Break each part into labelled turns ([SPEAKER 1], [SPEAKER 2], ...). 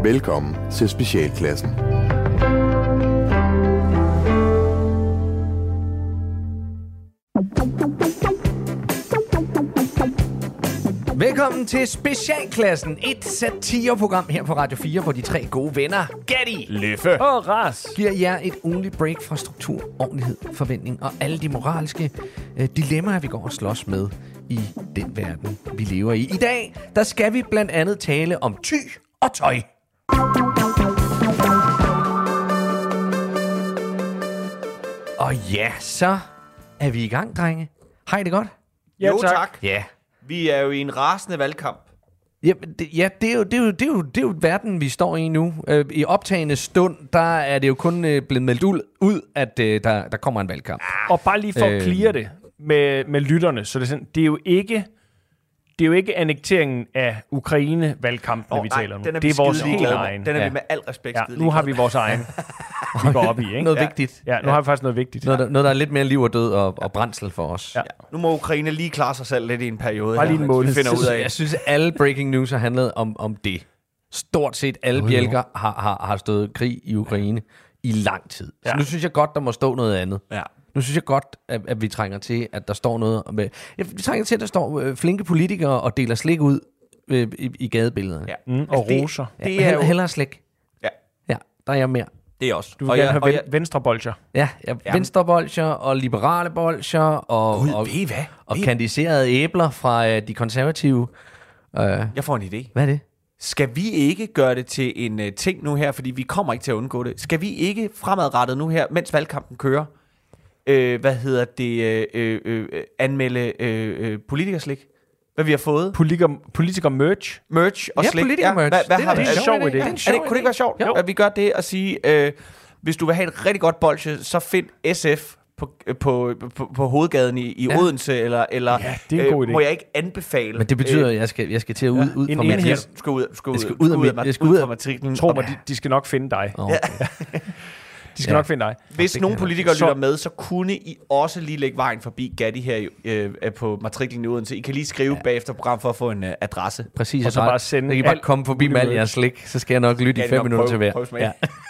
[SPEAKER 1] Velkommen til Specialklassen.
[SPEAKER 2] Velkommen til Specialklassen, et satireprogram her på Radio 4, hvor de tre gode venner, Gatti,
[SPEAKER 3] Leffe og Ras,
[SPEAKER 2] giver jer et ugenligt break fra struktur, ordentlighed, forventning og alle de moralske dilemmaer, vi går og slås med i den verden, vi lever i. I dag, der skal vi blandt andet tale om ty og tøj. Og ja, så er vi i gang, drenge. Har I det godt?
[SPEAKER 3] Ja, jo, tak.
[SPEAKER 2] Ja.
[SPEAKER 3] Vi er jo i en rasende valgkamp.
[SPEAKER 2] Det er jo verden, vi står i nu. I optagende stund, der er det jo kun blevet meldt ud, at der kommer en valgkamp.
[SPEAKER 4] Og bare lige for at clear det med lytterne, så det er jo ikke annekteringen af Ukraine-valgkampen, vi taler nu. Det er vores helt egen.
[SPEAKER 3] Den er vi med al respekt.
[SPEAKER 4] Ja, nu har vi vores egen. Vi går op i, ikke?
[SPEAKER 2] Noget vigtigt.
[SPEAKER 4] Ja, nu har vi faktisk noget vigtigt.
[SPEAKER 2] Noget, der er lidt mere liv og død og brændsel for os.
[SPEAKER 4] Ja.
[SPEAKER 3] Nu må Ukraine lige klare sig selv lidt i en periode.
[SPEAKER 4] Bare lige en måned.
[SPEAKER 3] Vi finder ud af.
[SPEAKER 2] Jeg synes, alle breaking news har handlet om det. Stort set alle bjælker har stået krig i Ukraine i lang tid. Så nu synes jeg godt, der må stå noget andet.
[SPEAKER 3] Ja.
[SPEAKER 2] Nu synes jeg godt, at vi trænger til, at der står noget. Vi trænger til, at der står flinke politikere og deler slik ud i gadebillederne.
[SPEAKER 3] Ja.
[SPEAKER 4] Og roser.
[SPEAKER 2] Det er jo hellere slik.
[SPEAKER 3] Ja.
[SPEAKER 2] Ja, der er jeg mere.
[SPEAKER 3] Det er også.
[SPEAKER 4] Du vil gerne have venstrebolcher.
[SPEAKER 2] Ja, venstrebolcher og liberale bolcher og kandiserede æbler fra de konservative.
[SPEAKER 3] Jeg får en idé.
[SPEAKER 2] Hvad er det?
[SPEAKER 3] Skal vi ikke gøre det til en ting nu her, fordi vi kommer ikke til at undgå det. Skal vi ikke fremadrettet nu her, mens valgkampen kører, anmelde politikerslik? Hvad vi har fået?
[SPEAKER 4] Politiker merch.
[SPEAKER 3] Merch og slik.
[SPEAKER 2] Politiker-merch.
[SPEAKER 3] Hvad har vi?
[SPEAKER 4] Det er en sjov idé.
[SPEAKER 3] Kunne det ikke være sjovt, at vi gør det og sige, hvis du vil have et rigtig godt bolsje, så find SF på hovedgaden i Odense, eller
[SPEAKER 4] ja, det er en god idé.
[SPEAKER 3] Må jeg ikke anbefale?
[SPEAKER 2] Men det betyder, at jeg skal til at ud fra
[SPEAKER 3] matriklen. Skal ud fra matriklen.
[SPEAKER 4] Tro mig, de skal nok finde dig.
[SPEAKER 2] Okay.
[SPEAKER 4] De skal nok finde dig.
[SPEAKER 3] Hvis nogle politikere lytter med, så kunne I også lige lægge vejen forbi Gatti her på matriklen i Odense. I kan lige skrive bagefter program for at få en adresse.
[SPEAKER 2] Præcis.
[SPEAKER 4] Og så bare sende.
[SPEAKER 2] Jeg kan bare komme forbi med al jeres slik, så skal jeg nok lytte i 5 minutter til hver.
[SPEAKER 3] Ja.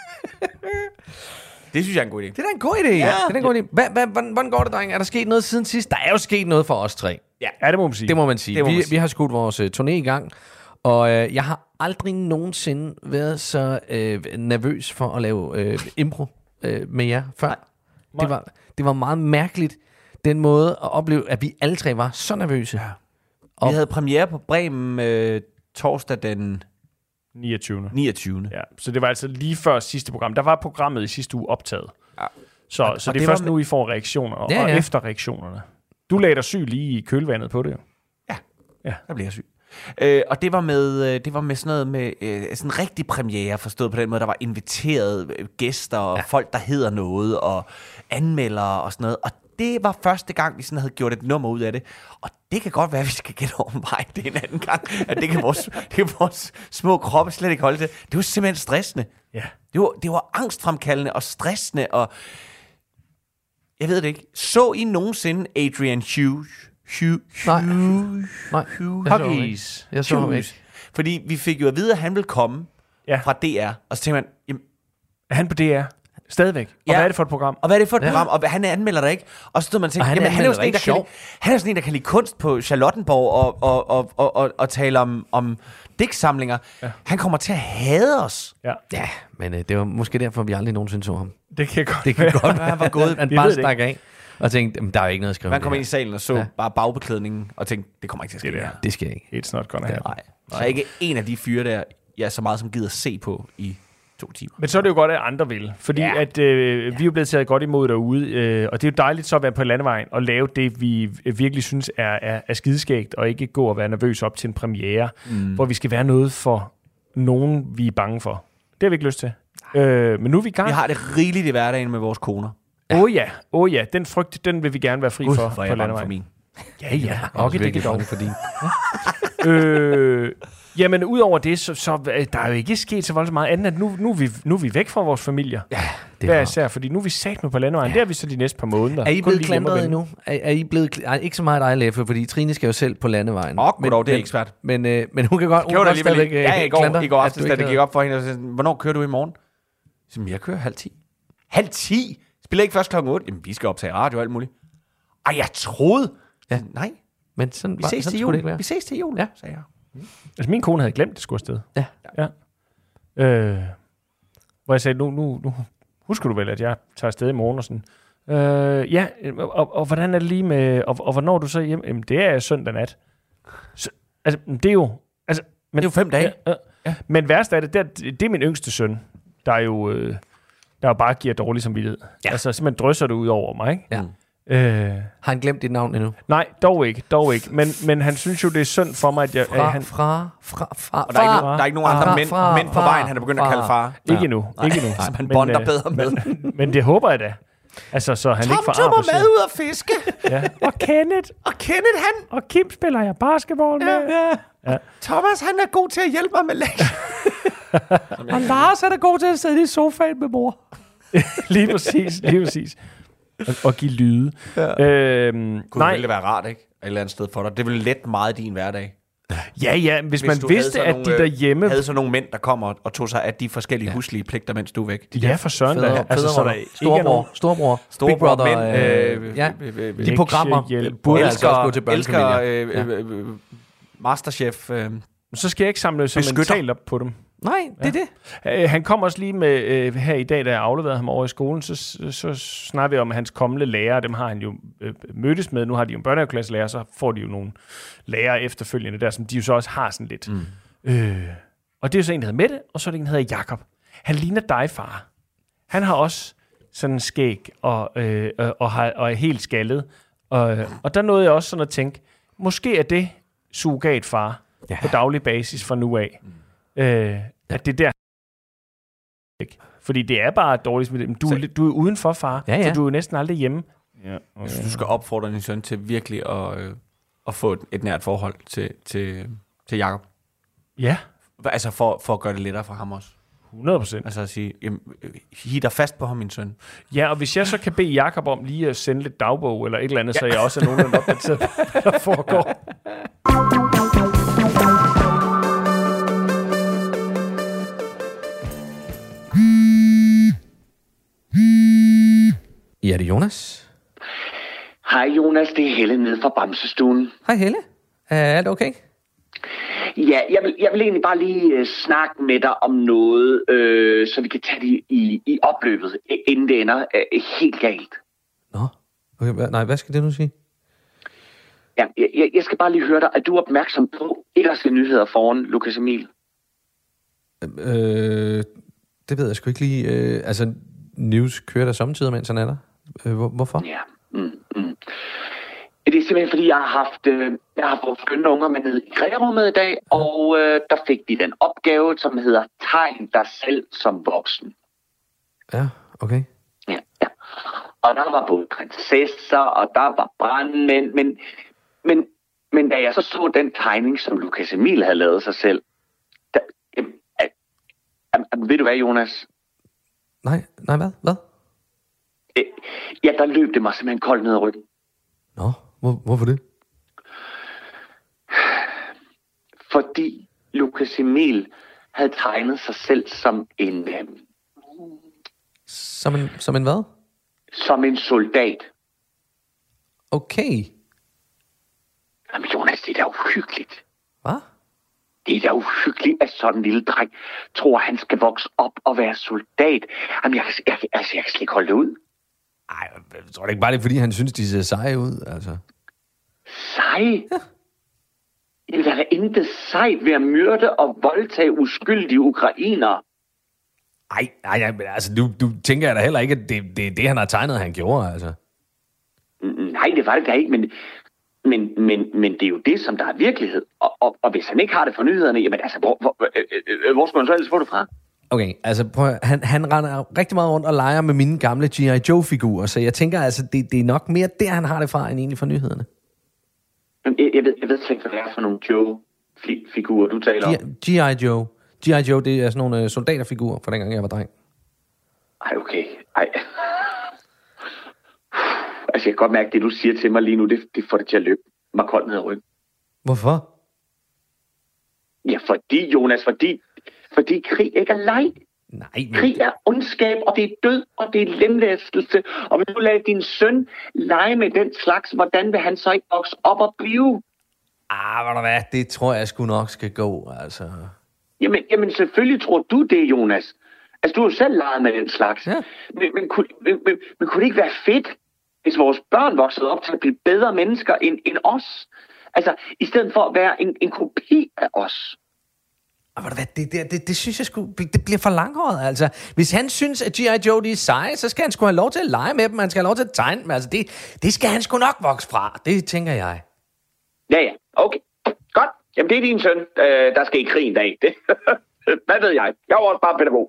[SPEAKER 3] Det synes jeg er en god idé.
[SPEAKER 2] Det er da en god idé. Ja. Det er en god idé. Hvordan går det, dreng? Er der sket noget siden sidst? Der er jo sket noget for os tre.
[SPEAKER 3] Ja, det må man sige.
[SPEAKER 2] Det må man sige. Vi har skudt vores turné i gang, og jeg har aldrig nogensinde været så nervøs for at lave impro med jer før. Det var meget mærkeligt, den måde at opleve, at vi alle tre var så nervøse.
[SPEAKER 3] Ja. Vi havde premiere på Bremen torsdag den
[SPEAKER 4] 29.
[SPEAKER 3] Ja.
[SPEAKER 4] Så det var altså lige før sidste program. Der var programmet i sidste uge optaget. Ja. Så det er først nu, I får reaktioner, og efter reaktionerne. Du lagde dig syg lige i kølvandet på det.
[SPEAKER 3] Ja, der blev jeg syg. Og det var med sådan noget med sådan en rigtig premiere, forstået på den måde. Der var inviteret gæster og folk, der hedder noget, og anmeldere og sådan noget. Og det var første gang, vi sådan havde gjort et nummer ud af det. Og det kan godt være, at vi skal get over mig det en anden gang. At det kan vores små kroppe slet ikke holde til. Det var simpelthen stressende.
[SPEAKER 4] Ja.
[SPEAKER 3] Det var angstfremkaldende og stressende. Og jeg ved det ikke. Så I nogensinde Adrian Hughes?
[SPEAKER 2] Nej.
[SPEAKER 3] Huggies.
[SPEAKER 2] Jeg så ham ikke.
[SPEAKER 3] Fordi vi fik jo at vide, at han ville komme fra DR. Og så tænkte man, jamen,
[SPEAKER 4] er han på DR? Stadigvæk. Og hvad er det for et program?
[SPEAKER 3] Og hvad er det for et program? Og han anmelder der ikke. Og så stod man og tænkte, han er jo sådan en, der kan lide kunst på Charlottenborg og tale om digtsamlinger. Ja. Han kommer til at hade os.
[SPEAKER 2] Ja, men det var måske derfor, vi aldrig nogensinde så ham.
[SPEAKER 4] Det kan godt
[SPEAKER 2] være. Han var gået. Han bare stak af. Og tænkte, der er jo ikke noget at skrive.
[SPEAKER 3] Man kom ind i salen og så bare bagbeklædningen og tænkte, det kommer ikke til at ske.
[SPEAKER 2] Det skal jeg ikke.
[SPEAKER 4] It's not gonna happen.
[SPEAKER 3] Nej. Der er ikke en af de fyre der, jeg så meget som gider se på i 2 timer.
[SPEAKER 4] Men så er det jo godt, at andre vil. Fordi at vi er jo blevet taget godt imod derude. Og det er jo dejligt så at være på landevejen og lave det, vi virkelig synes er skideskægt, og ikke gå og være nervøs op til en premiere, hvor vi skal være noget for nogen, vi er bange for. Det har vi ikke lyst til. Men nu er vi i gang.
[SPEAKER 3] Vi har det rigeligt i hverdagen med vores koner.
[SPEAKER 4] Ja. Den frygt, den vil vi gerne være fri for på landevejen.
[SPEAKER 3] For min.
[SPEAKER 4] Ja. Okay, det kan dog.
[SPEAKER 2] For din.
[SPEAKER 4] Jamen, udover det, så der er jo ikke sket så voldsomt meget andet, at nu er vi væk fra vores familier.
[SPEAKER 2] Ja, det
[SPEAKER 4] Hver
[SPEAKER 2] er
[SPEAKER 4] især, fordi nu er vi sat med på landevejen. Ja. Det er vi så de næste par måneder.
[SPEAKER 2] Er I blevet klandret endnu? Er I blevet ikke så meget dig, Leffe, fordi Trine skal jo selv på landevejen.
[SPEAKER 3] Goddag, det er ikke svært.
[SPEAKER 2] Men hun kan godt...
[SPEAKER 3] Kører du alligevel ikke? Ja, i går aftes, da det gik op for hende, og sagde, hvornår kører du i morgen? Så jeg kører 9:30. 9:30? Spiller ikke først klokken 8? Jamen, vi skal optage radio og alt muligt. Ej, jeg troede...
[SPEAKER 2] Ja.
[SPEAKER 3] Nej.
[SPEAKER 2] Men sådan,
[SPEAKER 3] vi ses til jul. Vi ses til jul,
[SPEAKER 2] ja,
[SPEAKER 3] sagde jeg.
[SPEAKER 4] Altså, min kone havde glemt, det skulle afsted. Ja. Hvor jeg sagde, nu husker du vel, at jeg tager afsted i morgen og sådan. Ja, og hvordan er det lige med... Og hvornår er du så hjem? Jamen, det er søndag nat. Så, altså, det er jo... Altså, men,
[SPEAKER 3] det er jo 5 dage.
[SPEAKER 4] Ja. Men værst er det er min yngste søn, der jo bare giver dårlig samvittighed. Ja. Altså, simpelthen drysser det ud over mig, ikke?
[SPEAKER 2] Ja. Har han glemt dit navn endnu?
[SPEAKER 4] Nej, dog ikke. Men han synes jo, det er synd for mig, at jeg...
[SPEAKER 3] Og der er ikke nogen andre mænd på vejen, han er begyndt at kalde far.
[SPEAKER 4] Ikke endnu.
[SPEAKER 3] Som han bonder bedre med.
[SPEAKER 4] Men det håber jeg da. Altså, så han ikke får
[SPEAKER 3] Tom tog mig med ud at fiske.
[SPEAKER 4] Ja. Og Kenneth, han... Og Kim spiller jeg basketball med. Ja.
[SPEAKER 3] Thomas, han er god til at hjælpe mig med lektier.
[SPEAKER 2] Og Lars, han er god til at sidde i sofaen med mor.
[SPEAKER 4] Lige præcis. Og give lyde.
[SPEAKER 3] Ja. Kunne det være rart, ikke? Et eller andet sted for dig. Det ville lette meget din hverdag.
[SPEAKER 4] Ja, hvis man vidste, at de derhjemme...
[SPEAKER 3] havde så nogle mænd, der kommer og tog sig af de forskellige huslige pligter, mens du er væk.
[SPEAKER 4] Ja, for søren da. Altså, så der
[SPEAKER 2] storbror, Big Brother, de programmer burde altså også gå til børnefamilier.
[SPEAKER 3] Masterchef.
[SPEAKER 4] Så skal jeg ikke samle så mentalt op på dem.
[SPEAKER 2] Nej, det er det.
[SPEAKER 4] Han kom også lige med, her i dag, da jeg afleverede ham over i skolen, så snakker vi om hans kommende lærer. Dem har han jo mødtes med. Nu har de jo en børnehaveklasselærer, så får de jo nogle lærere efterfølgende der, som de jo så også har sådan lidt. Og det er jo så en, der hedder Mette, og så er det en, der hedder Jakob. Han ligner dig, far. Han har også sådan en skæg og er helt skaldet. Og der nåede jeg også sådan at tænke, måske er det surrogatfar på daglig basis fra nu af. At det der... Fordi det er bare dårligt smidt. Du er udenfor, far, så du er jo næsten aldrig hjemme.
[SPEAKER 3] Ja, okay. Du skal opfordre din søn til virkelig at få et nært forhold til Jakob.
[SPEAKER 4] Ja.
[SPEAKER 3] Altså for at gøre det lettere for ham også.
[SPEAKER 4] 100%.
[SPEAKER 3] Altså at sige, hid dig fast på ham, min søn.
[SPEAKER 4] Ja, og hvis jeg så kan bede Jakob om lige at sende lidt dagbog eller et eller andet, så jeg også er nogenlunde opdateret, hvad der foregår.
[SPEAKER 2] Ja, det er Jonas.
[SPEAKER 5] Hej Jonas, det er Helle nede fra Bamsestuen.
[SPEAKER 2] Hej Helle. Er alt okay?
[SPEAKER 5] Ja, jeg vil egentlig bare lige snakke med dig om noget, så vi kan tage det i opløbet, inden det ender helt galt.
[SPEAKER 2] Nå, okay, hvad skal det nu sige?
[SPEAKER 5] Ja, jeg skal bare lige høre dig. Er du opmærksom på irske nyheder foran Lukas Emil?
[SPEAKER 2] Det ved jeg sgu ikke lige. Altså, news kører der samtidig, mens han er der. Hvorfor?
[SPEAKER 5] Ja. Det er simpelthen, fordi jeg har fået skønne unger med ned i kreerummet i dag, og der fik de den opgave, som hedder tegn dig selv som voksen.
[SPEAKER 2] Ja, okay.
[SPEAKER 5] Ja. Og der var både prinsesser, og der var brandmænd, men da jeg så den tegning, som Lukas Emil havde lavet sig selv, ved du hvad, Jonas?
[SPEAKER 2] Nej, hvad?
[SPEAKER 5] Ja, der løb det mig simpelthen koldt ned ad ryggen.
[SPEAKER 2] Nå, hvorfor det?
[SPEAKER 5] Fordi Lukas Emil havde tegnet sig selv som en...
[SPEAKER 2] Som en hvad?
[SPEAKER 5] Som en soldat.
[SPEAKER 2] Okay.
[SPEAKER 5] Jamen Jonas, det er da uhyggeligt.
[SPEAKER 2] Hvad?
[SPEAKER 5] Det er da uhyggeligt, at sådan en lille dreng tror, han skal vokse op og være soldat. Jamen, jeg kan slet ikke holde det ud.
[SPEAKER 2] Ej, jeg tror ikke bare, det er, fordi han synes, de ser seje ud, altså.
[SPEAKER 5] Seje? Ja. Der er intet sejt ved at myrde og voldtage uskyldige ukrainere.
[SPEAKER 2] Ej, altså, du tænker jeg da heller ikke, at det er det, han har tegnet, han gjorde, altså.
[SPEAKER 5] Nej, det var det da ikke, men det er jo det, som der er virkelighed. Og hvis han ikke har det for nyhederne, jamen altså, hvor skal man så ellers få det fra?
[SPEAKER 2] Okay, altså han render rigtig meget rundt og leger med mine gamle G.I. Joe-figurer, så jeg tænker altså, det er nok mere der, han har det fra, end egentlig for nyhederne.
[SPEAKER 5] Jeg ved slet ikke, hvad det er for nogle figur, du taler om?
[SPEAKER 2] G.I. Joe. G.I. Joe, det er sådan nogle soldaterfigurer fra dengang, jeg var dreng.
[SPEAKER 5] Ej, okay. Ej. Altså, jeg kan godt mærke, det du siger til mig lige nu, det får det til at løbe mig koldt ned ad ryggen.
[SPEAKER 2] Hvorfor?
[SPEAKER 5] Ja, Jonas, fordi krig ikke er leg.
[SPEAKER 2] Nej, men...
[SPEAKER 5] Krig er ondskab, og det er død, og det er lemlæstelse. Og hvis du lader din søn lege med den slags, hvordan vil han så ikke vokse op og blive?
[SPEAKER 2] Ved du hvad, det tror jeg sgu nok skal gå, altså.
[SPEAKER 5] Jamen selvfølgelig tror du det, Jonas. Altså, du har jo selv leget med den slags.
[SPEAKER 2] Ja.
[SPEAKER 5] Men kunne det ikke være fedt, hvis vores børn voksede op til at blive bedre mennesker end os? Altså, i stedet for at være en kopi af os.
[SPEAKER 2] Ved du hvad, det synes jeg sgu, det bliver for langhåret, altså. Hvis han synes, at G.I. Joe de er seje, så skal han sgu have lov til at lege med dem, han skal have lov til at tegne dem. Altså, det skal han sgu nok vokse fra, det tænker jeg.
[SPEAKER 5] Ja, okay. Godt. Jamen, det er din søn, der skal i krig en dag. Det. Hvad ved jeg? Jeg er også bare pædagog.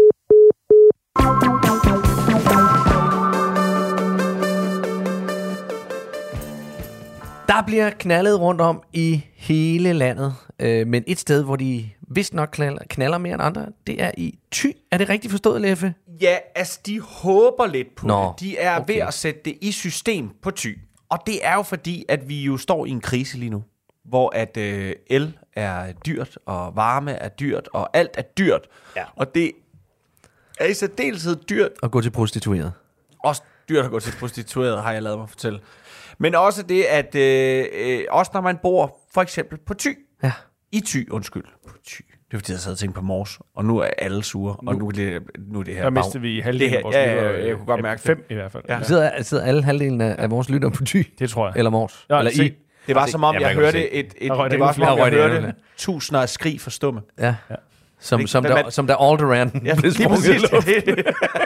[SPEAKER 2] Der bliver knaldet rundt om i hele landet, men et sted, hvor de vist nok knaller mere end andre, det er i Thy. Er det rigtigt forstået, Leffe?
[SPEAKER 3] Ja, altså de håber lidt på
[SPEAKER 2] Nå,
[SPEAKER 3] det. De er
[SPEAKER 2] okay.
[SPEAKER 3] ved at sætte det i system på Thy. Og det er jo fordi, at vi jo står i en krise lige nu, hvor at el er dyrt, og varme er dyrt, og alt er dyrt. Ja. Og det er i særdeleshed dyrt.
[SPEAKER 2] At gå til prostitueret.
[SPEAKER 3] Også dyrt at gå til prostitueret, har jeg lavet mig fortælle. Men også det, at også når man bor for eksempel på Thy.
[SPEAKER 2] Ja.
[SPEAKER 3] I Thy, undskyld. På Thy. Det er fordi, jeg sad og tænkte på Mors, og nu er alle sure, og nu er det her.
[SPEAKER 4] Der mistede vi halvdelen af vores lyttere.
[SPEAKER 3] jeg kunne godt mærke
[SPEAKER 4] 5 i hvert fald.
[SPEAKER 2] Ja. Sidder alle halvdelen af vores lyttere på Thy?
[SPEAKER 4] Det tror jeg.
[SPEAKER 2] Eller Mors?
[SPEAKER 4] Ja,
[SPEAKER 2] eller
[SPEAKER 4] se.
[SPEAKER 2] I?
[SPEAKER 3] Det var som om, jeg hørte det var som om, jeg hørte tusinder af skrig for stumme.
[SPEAKER 2] Ja. Som da Alderaan blev sprunget i luften.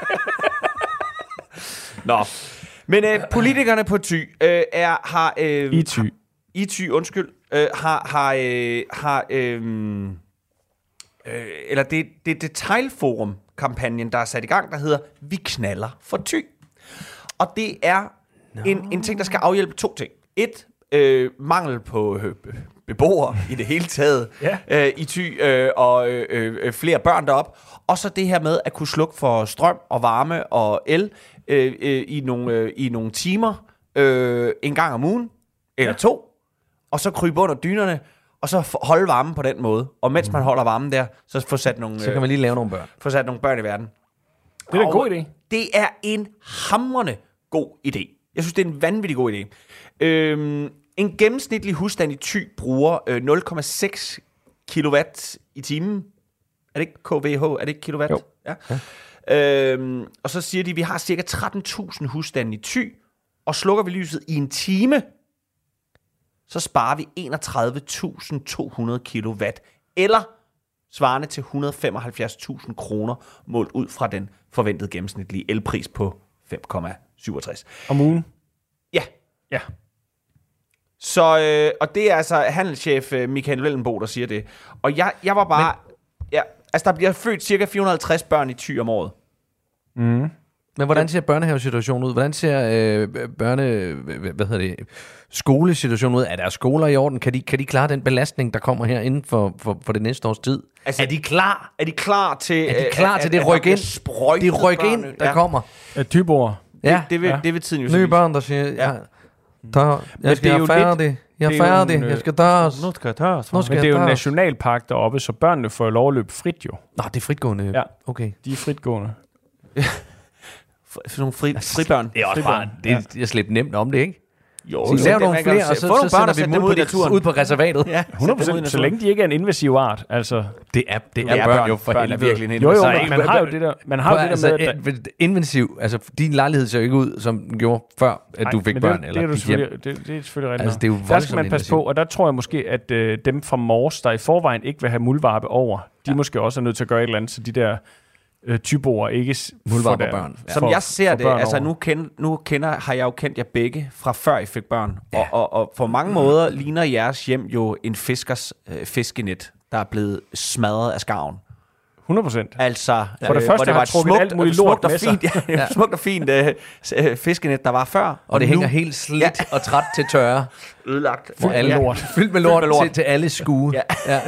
[SPEAKER 3] Nå. Men politikerne på Thy har... I Thy, undskyld. Eller det er Detailforum-kampagnen, der er sat i gang, der hedder Vi knalder for Thy. Og det er en ting, der skal afhjælpe 2 ting. 1. Mangel på beboere i det hele taget i Thy, og flere børn derop. Og så det her med at kunne slukke for strøm og varme og el i nogle timer en gang om ugen, eller 2, og så krybe under dynerne, og så holde varmen på den måde. Og mens man holder varmen der, så få sat nogle...
[SPEAKER 2] Så kan man lige lave nogle børn.
[SPEAKER 3] Få sat nogle børn i verden.
[SPEAKER 4] Det er en god idé.
[SPEAKER 3] Det er en hamrende god idé. Jeg synes, det er en vanvittig god idé. En gennemsnitlig husstand i Thy bruger 0,6 kilowatt i timen. Er det ikke kWh? Er det ikke kilowatt?
[SPEAKER 4] Jo.
[SPEAKER 3] Ja. Og så siger de, at vi har cirka 13.000 husstande i Thy, og slukker vi lyset i en time, så sparer vi 31.200 kilowatt, eller svarende til 175.000 kroner, målt ud fra den forventede gennemsnitlige elpris på 5,67.
[SPEAKER 4] Om ugen?
[SPEAKER 3] Ja.
[SPEAKER 4] Ja.
[SPEAKER 3] Så, og det er altså handelschef Michael Wellenbo, der siger det. Og jeg var bare... der bliver født cirka 450 børn i Thy om året.
[SPEAKER 2] Mm. Men hvordan ser børnehavesituationen ud? Hvordan ser skolesituationen ud? Er der skoler i orden? Kan de klare den belastning, der kommer her inden for det næste års tid?
[SPEAKER 3] Altså, er de klar til
[SPEAKER 2] det ryk ind, der kommer?
[SPEAKER 4] Tyboer.
[SPEAKER 2] Ja.
[SPEAKER 3] Det vil tiden jo
[SPEAKER 2] nye børn, der siger, jeg skal være færdig. Jeg er færdig. Jeg skal døres.
[SPEAKER 3] Nu skal jeg døres.
[SPEAKER 4] Men det er jo en nationalpark deroppe, så børnene får lov at løbe frit jo.
[SPEAKER 2] Nå, det er fritgående.
[SPEAKER 4] Ja.
[SPEAKER 2] Okay.
[SPEAKER 4] De er fritgående.
[SPEAKER 3] For nogle fribørn.
[SPEAKER 2] Det er også bare, jeg slipper nemt om det, ikke?
[SPEAKER 3] Jo,
[SPEAKER 2] så laver nogle flere, og så sender vi dem ud på reservatet.
[SPEAKER 3] Ja,
[SPEAKER 4] 100%, så længe de ikke er en invasiv art. Altså.
[SPEAKER 2] Det er børn jo for
[SPEAKER 3] helvede. Virkelig en
[SPEAKER 4] jo, men man har jo det der, med...
[SPEAKER 2] Invasiv, altså din lejlighed ser jo ikke ud, som den gjorde før, at du fik børn.
[SPEAKER 4] Det er selvfølgelig rigtigt.
[SPEAKER 2] Altså, det er jo
[SPEAKER 4] der skal man passe på, og der tror jeg måske, at dem fra Mors, der i forvejen ikke vil have muldvarpe over, de måske også er nødt til at gøre et eller andet, så de der... tyboer ikke
[SPEAKER 2] for børn.
[SPEAKER 3] Som jeg ser det, altså har jeg jo kendt jer begge fra før I fik børn, og på mange måder ligner jeres hjem jo en fiskers fiskenet, der er blevet smadret af skarven.
[SPEAKER 4] 100%.
[SPEAKER 3] Altså,
[SPEAKER 4] for det første har trukket alt muligt lort med sig.
[SPEAKER 3] Smukt og fint fiskenet, der var før.
[SPEAKER 2] Og det hænger helt slidt og træt til tørre.
[SPEAKER 3] Ødelagt.
[SPEAKER 2] Fyldt med lort til alle skue. Ja.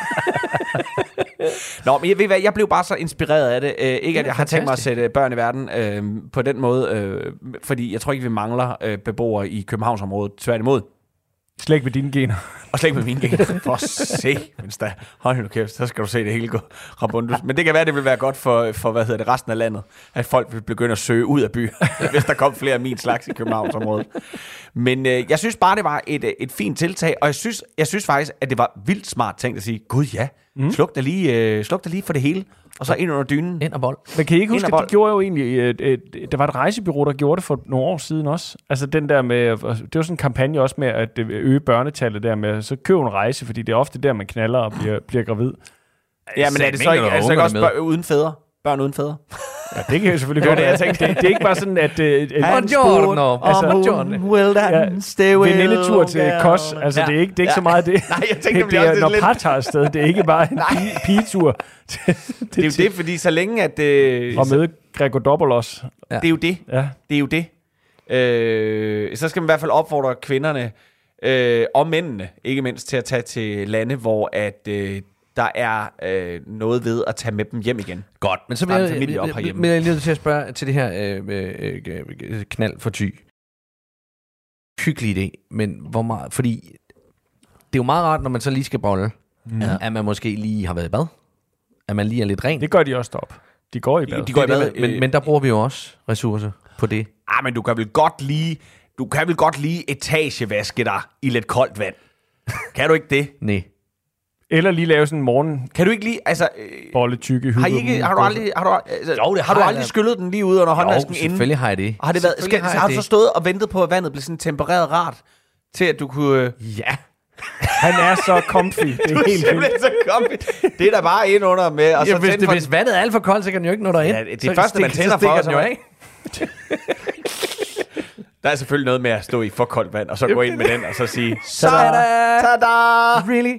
[SPEAKER 3] Nå, men jeg blev bare så inspireret af det. Ikke at jeg har tænkt mig at sætte børn i verden på den måde, fordi jeg tror ikke, vi mangler beboere i Københavnsområdet. Tværtimod.
[SPEAKER 4] Slet ikke med dine gener.
[SPEAKER 3] Og slet ikke med mine gener. For se, mens der. Hold nu kæft, så skal du se det hele gå rabundus. Men det kan være, det vil være godt for resten af landet, at folk vil begynde at søge ud af byer, hvis der kom flere af min slags i Københavnsområdet. Men jeg synes bare, det var et fint tiltag, og jeg synes faktisk, at det var vildt smart tænkt at sige, gud ja, sluk da lige for det hele, og så ind under dynen.
[SPEAKER 2] Ind og bold.
[SPEAKER 4] Men kan I ikke huske, at de gjorde jo egentlig, der var et rejsebureau, der gjorde det for nogle år siden også. Altså den der med, det var sådan en kampagne også med at øge børnetallet der med, så køb en rejse, fordi det er ofte der, man knaller og bliver gravid.
[SPEAKER 3] Ja, men er det så ikke også uden fædre? Børn uden fædre?
[SPEAKER 4] Ja, det kan jeg selvfølgelig godt. Jeg tænkte, det er ikke bare sådan, at...
[SPEAKER 2] Buongiorno.
[SPEAKER 3] Well done. Stay well.
[SPEAKER 4] Venindetur til Kos. Altså, det er ikke så meget det.
[SPEAKER 3] Nej, jeg tænkte,
[SPEAKER 4] det er når par tager afsted. Det er ikke bare en pigetur.
[SPEAKER 3] Det er jo det, fordi så længe at...
[SPEAKER 4] Og møde Gregor Dobolos.
[SPEAKER 3] Ja. Det er jo det. Ja. Det er jo det. Så skal man i hvert fald opfordre kvinderne og mændene, ikke mindst, til at tage til lande, hvor at... der er noget ved at tage med dem hjem igen.
[SPEAKER 2] Godt, men så vil jeg lige til at spørge til det her knald for ty. Hyggelig idé, men hvor meget... Fordi det er jo meget rart, når man så lige skal bolle, at man måske lige har været i bad. At man lige er lidt ren.
[SPEAKER 4] Det gør de også op. De går i bad.
[SPEAKER 3] De går i bad.
[SPEAKER 2] Men der bruger vi jo også ressourcer på det.
[SPEAKER 3] Men du kan vel godt lige etagevaske dig i lidt koldt vand. Kan du ikke det?
[SPEAKER 2] Nej.
[SPEAKER 4] Eller lige lave sådan en morgen.
[SPEAKER 3] Kan du ikke lige, altså...
[SPEAKER 4] bolle tykke hygge.
[SPEAKER 3] Har du aldrig skyllet den lige ud under håndvasken inden?
[SPEAKER 2] Selvfølgelig har jeg det.
[SPEAKER 3] Har du så stået og ventet på, at vandet blev sådan tempereret rart, til at du kunne...
[SPEAKER 2] Ja.
[SPEAKER 4] Han er så comfy. Det er helt
[SPEAKER 3] simpelthen så comfy. Det er der bare ind under med... Og så
[SPEAKER 2] hvis vandet er alt for koldt, så kan den jo ikke nå derind.
[SPEAKER 3] Ja, det første, man tænder for, den jo af. Der er selvfølgelig noget med at stå i for koldt vand, og så gå ind med den, og så sige... Tada!
[SPEAKER 2] Really?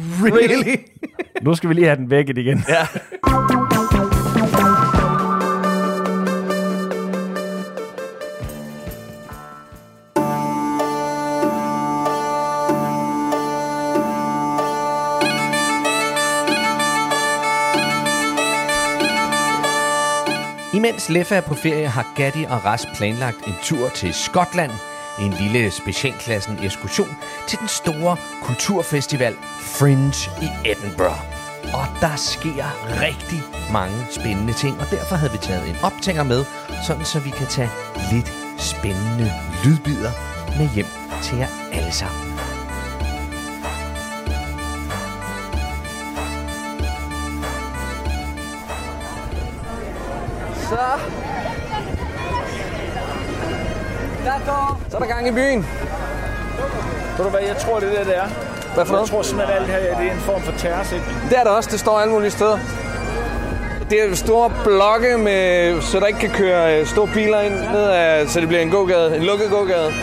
[SPEAKER 4] Nu skal vi lige have den væk igen.
[SPEAKER 3] Ja.
[SPEAKER 2] Imens Leffa er på ferie, har Gatti og Ras planlagt en tur til Skotland. En lille specialklassen ekskursion til den store kulturfestival Fringe i Edinburgh. Og der sker rigtig mange spændende ting, og derfor havde vi taget en optænger med, sådan så vi kan tage lidt spændende lydbider med hjem til jer alle sammen. Så er der gang i byen.
[SPEAKER 6] Ved du hvad, jeg tror, det er.
[SPEAKER 2] Hvad for noget?
[SPEAKER 6] Jeg tror simpelthen, at alt her det er en form for terrorsætning.
[SPEAKER 7] Det er der også. Det står alle mulige steder. Det er store blokke, med, så der ikke kan køre store biler ind ned ad, så det bliver en gågade, en lukket gågade.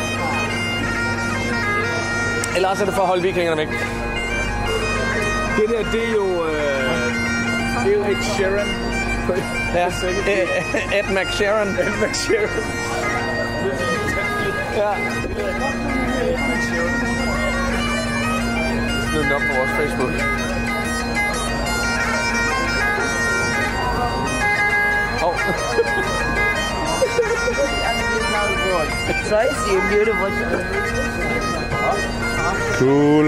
[SPEAKER 7] Eller også er det for at holde vikingerne væk.
[SPEAKER 6] Det der, det er jo Ed Sheeran.
[SPEAKER 7] Ja, Ed McSharon.
[SPEAKER 6] Ed McSharon.
[SPEAKER 7] Ja. Smid den op på vores Facebook.
[SPEAKER 8] Tracy and beautiful.
[SPEAKER 7] Cool.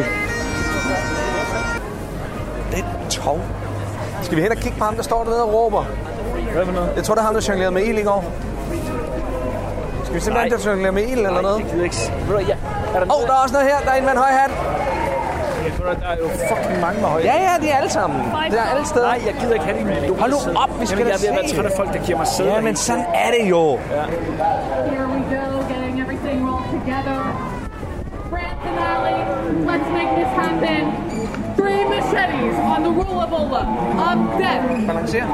[SPEAKER 7] Det er et tog. Skal vi hen og kigge på ham, der står dernede og råber?
[SPEAKER 6] Hvad for noget?
[SPEAKER 7] Jeg tror, det er ham, der jonglerede med ild i går. Skal vi simpelthen der jonglere med ild eller noget?
[SPEAKER 6] Nej, det gider ikke.
[SPEAKER 7] Der er også noget her. Der er en med en høj hat.
[SPEAKER 6] Der er jo fucking mange med høje.
[SPEAKER 7] Ja, de er alle sammen. Det er alle steder.
[SPEAKER 6] Nej, jeg gider ikke have det.
[SPEAKER 7] Hold nu op, vi skal da se.
[SPEAKER 6] Jeg er ved at være træt af folk, der giver mig sæder.
[SPEAKER 7] Ja, men sådan er det jo.
[SPEAKER 8] Here we go, getting everything rolled together. Branson Alley, let's make this happen. 3 machetes on the rule of Ola of death.
[SPEAKER 7] Balancer.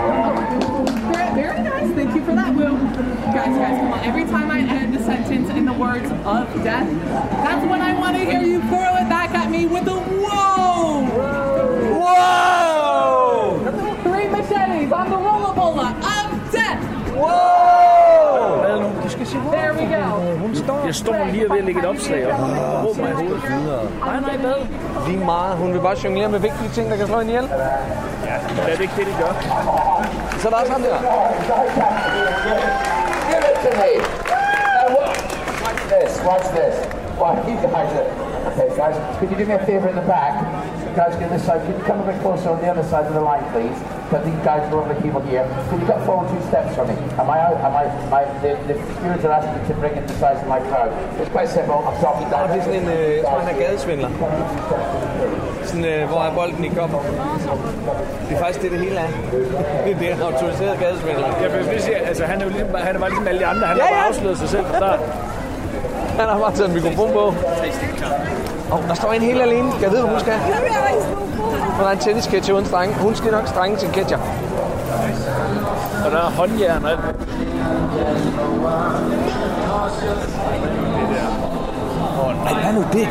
[SPEAKER 8] Very nice, thank you for that, Will. Guys, come on. Every time I end a sentence in the words of death, that's when I want to hear you throw it back at me with a whoa!
[SPEAKER 7] Whoa!
[SPEAKER 6] Jeg står lige ved at lægge et opslag op. Råb mig i hovedet. Nej, hvad?
[SPEAKER 7] Lige meget. Hun vil bare jonglere med vigtige ting, der kan slå hende ihjel.
[SPEAKER 6] Ja, det er ikke det, de gør.
[SPEAKER 7] Så er der også ham der.
[SPEAKER 9] Give it to me. Watch this. Well, you guys are... Okay, guys, could you do me a favor in the back? Guys, get this side. Can you come a bit closer on the other side of the line, please? Because these guys are over the keyboard here. Can you get forward 2 steps from me? Am I out? The stewards are asking me to bring in the size of my crowd. It's quite simple. I'm talking down.
[SPEAKER 7] Det er sådan en, tror han er gadesvindler. Sådan, hvor er bolden i kopper. Det er faktisk det hele er. Det er en autoriseret gadesvindler.
[SPEAKER 6] Jeg vil sige, altså han er jo ligesom, han var ligesom alle de andre. Han har bare afsløret sig selv fra start.
[SPEAKER 7] Han har bare taget en mikrofon på. Der står en helt alene. Jeg ved, hvad hun skal. Hun har en tennisketcher uden strenge. Hun skal nok strenge sin ketcher.
[SPEAKER 6] Og der er håndjern og alt.
[SPEAKER 7] Hvad er nu det?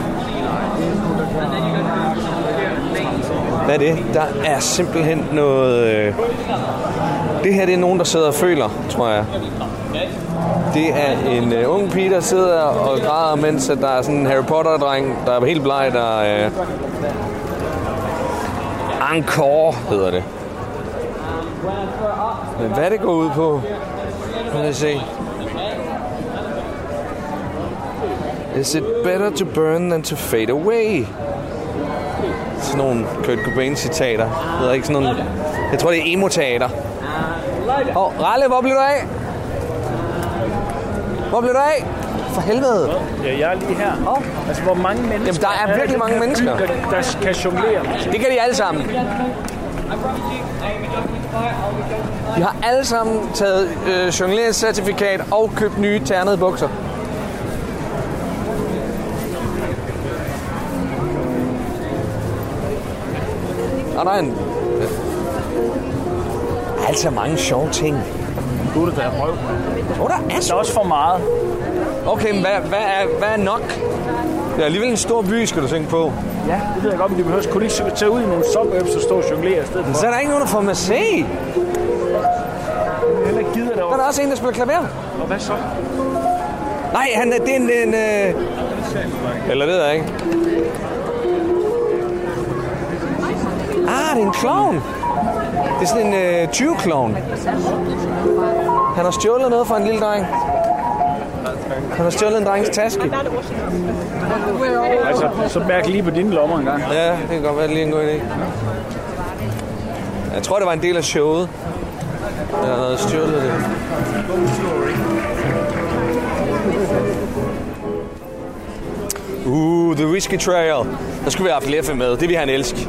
[SPEAKER 7] Hvad er det? Der er simpelthen noget... Det her det er nogen, der sidder og føler, tror jeg. Det er en ung pige, der sidder og græder, mens der er sådan en Harry Potter-dreng, der er helt bleg, der... Encore hedder det. Men hvad det går ud på? Kan jeg se. Is it better to burn than to fade away? Sådan nogle Kurt Cobain-citater. Jeg ved ikke, sådan nogle... Jeg tror, det er emo-teater. Ralle, hvor blev du af? Hvor blev du af? For helvede.
[SPEAKER 6] Ja, jeg er lige her. Altså, hvor mange mennesker...
[SPEAKER 7] Jamen, der er virkelig mange mennesker.
[SPEAKER 6] Der kan jonglere.
[SPEAKER 7] Det kan de alle sammen. De har alle sammen taget jongleringscertifikat og købt nye ternede bukser. Og der er en... Altså mange sjove ting.
[SPEAKER 6] Gud, der er prøv. Der er også for meget.
[SPEAKER 7] Okay, men hvad er nok? Det er alligevel en stor by, skal du tænke på.
[SPEAKER 6] Ja, det ved jeg godt, men de behøver kun ikke tage ud i nogle suburbs og stå og jonglere i stedet for.
[SPEAKER 7] Men så er der ikke nogen, der får mig at se.
[SPEAKER 6] Heller ikke gider
[SPEAKER 7] Der er der også en, der spiller klaver.
[SPEAKER 6] Og hvad så?
[SPEAKER 7] Nej, det er en eller det ved jeg ikke. Det er en clown. Det er sådan en 20-clown. Han har stjålet noget fra en lille dreng. Han har stjålet en drengs taske.
[SPEAKER 6] Altså, så mærk lige på dine lommer en gang.
[SPEAKER 7] Ja, det kan godt være lige en god idé. Jeg tror, det var en del af showet. Han havde stjålet det. The Whiskey Trail. Der skulle vi have haft Leffe med. Det vil han elske.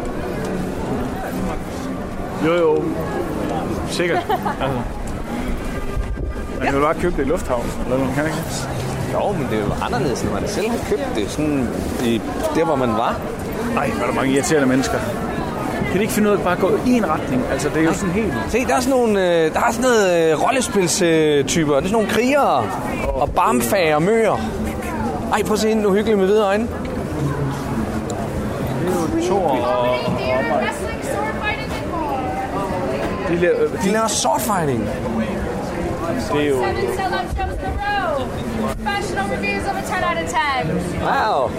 [SPEAKER 6] Jo. Sikkert. Altså. Man kan jo bare købe det i lufthavnen. Eller noget, kan ikke?
[SPEAKER 7] Jo, men det er jo anderledes, når man selv har købt det. Sådan der, hvor man var.
[SPEAKER 6] Nej, hvor er der mange irriterende mennesker. Kan de ikke finde ud af at bare gå i en retning? Altså, det er jo sådan helt...
[SPEAKER 7] Se, der er sådan nogle... Der er sådan noget rollespilstyper. Det er sådan nogle krigere. Og bamfager og møer. Ej, prøv at se hende. Nu hyggeligt med hvide øjne.
[SPEAKER 6] Det er jo Thor og
[SPEAKER 7] de laver swordfighting.
[SPEAKER 6] Det er jo...
[SPEAKER 8] Professional reviews of a 10 out of 10.
[SPEAKER 7] Wow.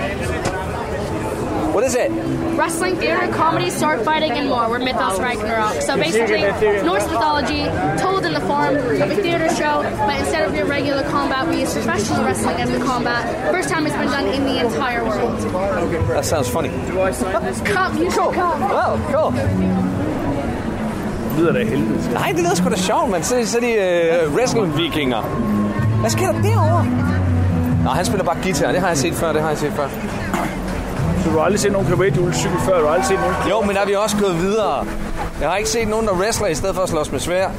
[SPEAKER 7] What is it?
[SPEAKER 10] Wrestling, theater, comedy, sword fighting, and more. We're Mythos Ragnarok. So basically, Norse mythology told in the form of a theater show, but instead of your regular combat, we use professional wrestling as the combat. First time it's been done in the entire world.
[SPEAKER 7] That sounds funny.
[SPEAKER 10] Come, you should come.
[SPEAKER 7] Wow, cool.
[SPEAKER 6] Det lyder da helvede.
[SPEAKER 7] Nej, det lyder sgu da sjovt, man. Så er de wrestling-vikinger. Hvad sker der derovre? Nå, han spiller bare guitar. Det har jeg set før,
[SPEAKER 6] Så du har aldrig set nogen køre cykel før? Du har aldrig set nogen?
[SPEAKER 7] Jo, men der er vi også gået videre. Jeg har ikke set nogen, der wrestler i stedet for at slås med sværd.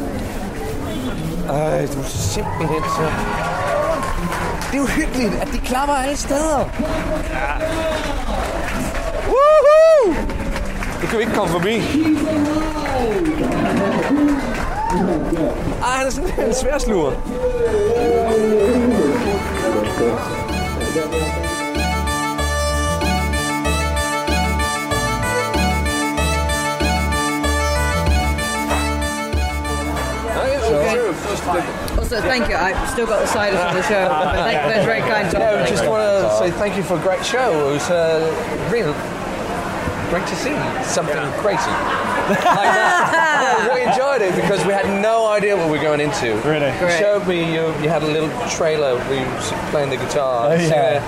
[SPEAKER 7] Du er simpelthen så... Det er jo hyggeligt, at de klapper alle steder. Ja. Woohoo! Det kan vi ikke komme forbi. Han er sådan en sværsluger.
[SPEAKER 11] Also, thank you. I've still got the cider from the show. But thank you, that's very kind.
[SPEAKER 7] Yeah, we just want to say thank you for a great show. It was really great to see something crazy like that. We enjoyed it because we had no idea what we were going into.
[SPEAKER 4] Really?
[SPEAKER 7] You showed me you had a little trailer where you were playing the guitar.
[SPEAKER 11] Oh,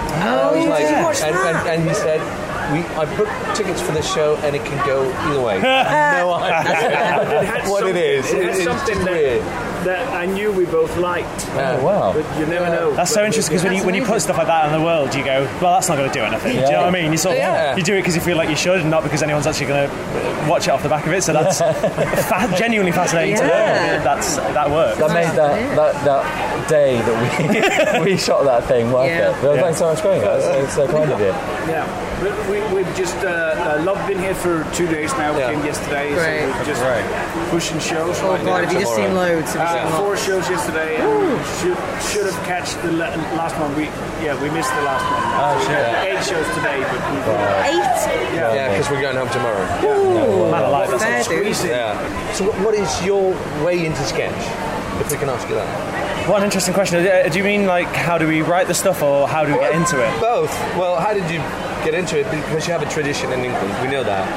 [SPEAKER 7] and he said, I booked tickets for this show and it can go either way. No idea what it is.
[SPEAKER 6] It's something that I knew we both liked.
[SPEAKER 7] Oh, wow.
[SPEAKER 6] But you never know.
[SPEAKER 4] That's so interesting because when you put stuff like that in the world, you go, well, that's not going to do anything. Do you know what I mean? You sort of, you do it because you feel like you should, and not because anyone's actually going to watch it off the back of it. So that's genuinely fascinating to learn. That worked.
[SPEAKER 12] That made that day that we shot that thing worth it. Well, thanks so much for going, guys. It's so kind of you.
[SPEAKER 6] Yeah, but we've just been here for 2 days now. We came yesterday, so we're just pushing shows.
[SPEAKER 11] Oh God, have you just seen loads?
[SPEAKER 6] 4 shows yesterday, and should have catched the last one. We missed the last one.
[SPEAKER 12] Oh shit!
[SPEAKER 6] 8 shows today, but
[SPEAKER 11] 8.
[SPEAKER 7] Yeah, because we're going home tomorrow.
[SPEAKER 4] Man alive, that's
[SPEAKER 6] squeezing.
[SPEAKER 7] Yeah. So, what is your way into sketch? If we can ask you that.
[SPEAKER 4] What an interesting question. Do you mean like how do we write the stuff, or how do we get into it?
[SPEAKER 7] Both. Well, how did you get into it? Because you have a tradition in England. We know that.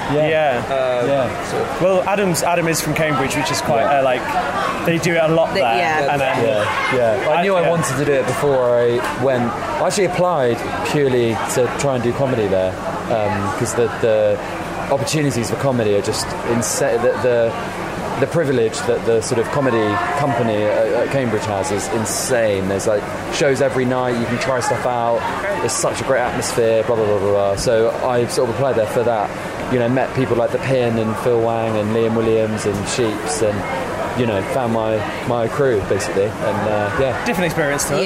[SPEAKER 4] Well, Adam is from Cambridge, which is quite like they do it a lot there.
[SPEAKER 12] I knew I wanted to do it before I went. I actually applied purely to try and do comedy there because the opportunities for comedy are just insane. The privilege that the sort of comedy company at Cambridge has is insane. There's like shows every night, you can try stuff out, there's such a great atmosphere, blah blah blah blah blah. So I sort of applied there for that, met people like The Pin and Phil Wang and Liam Williams and Sheeps, and found my crew basically, and
[SPEAKER 4] different experience to us.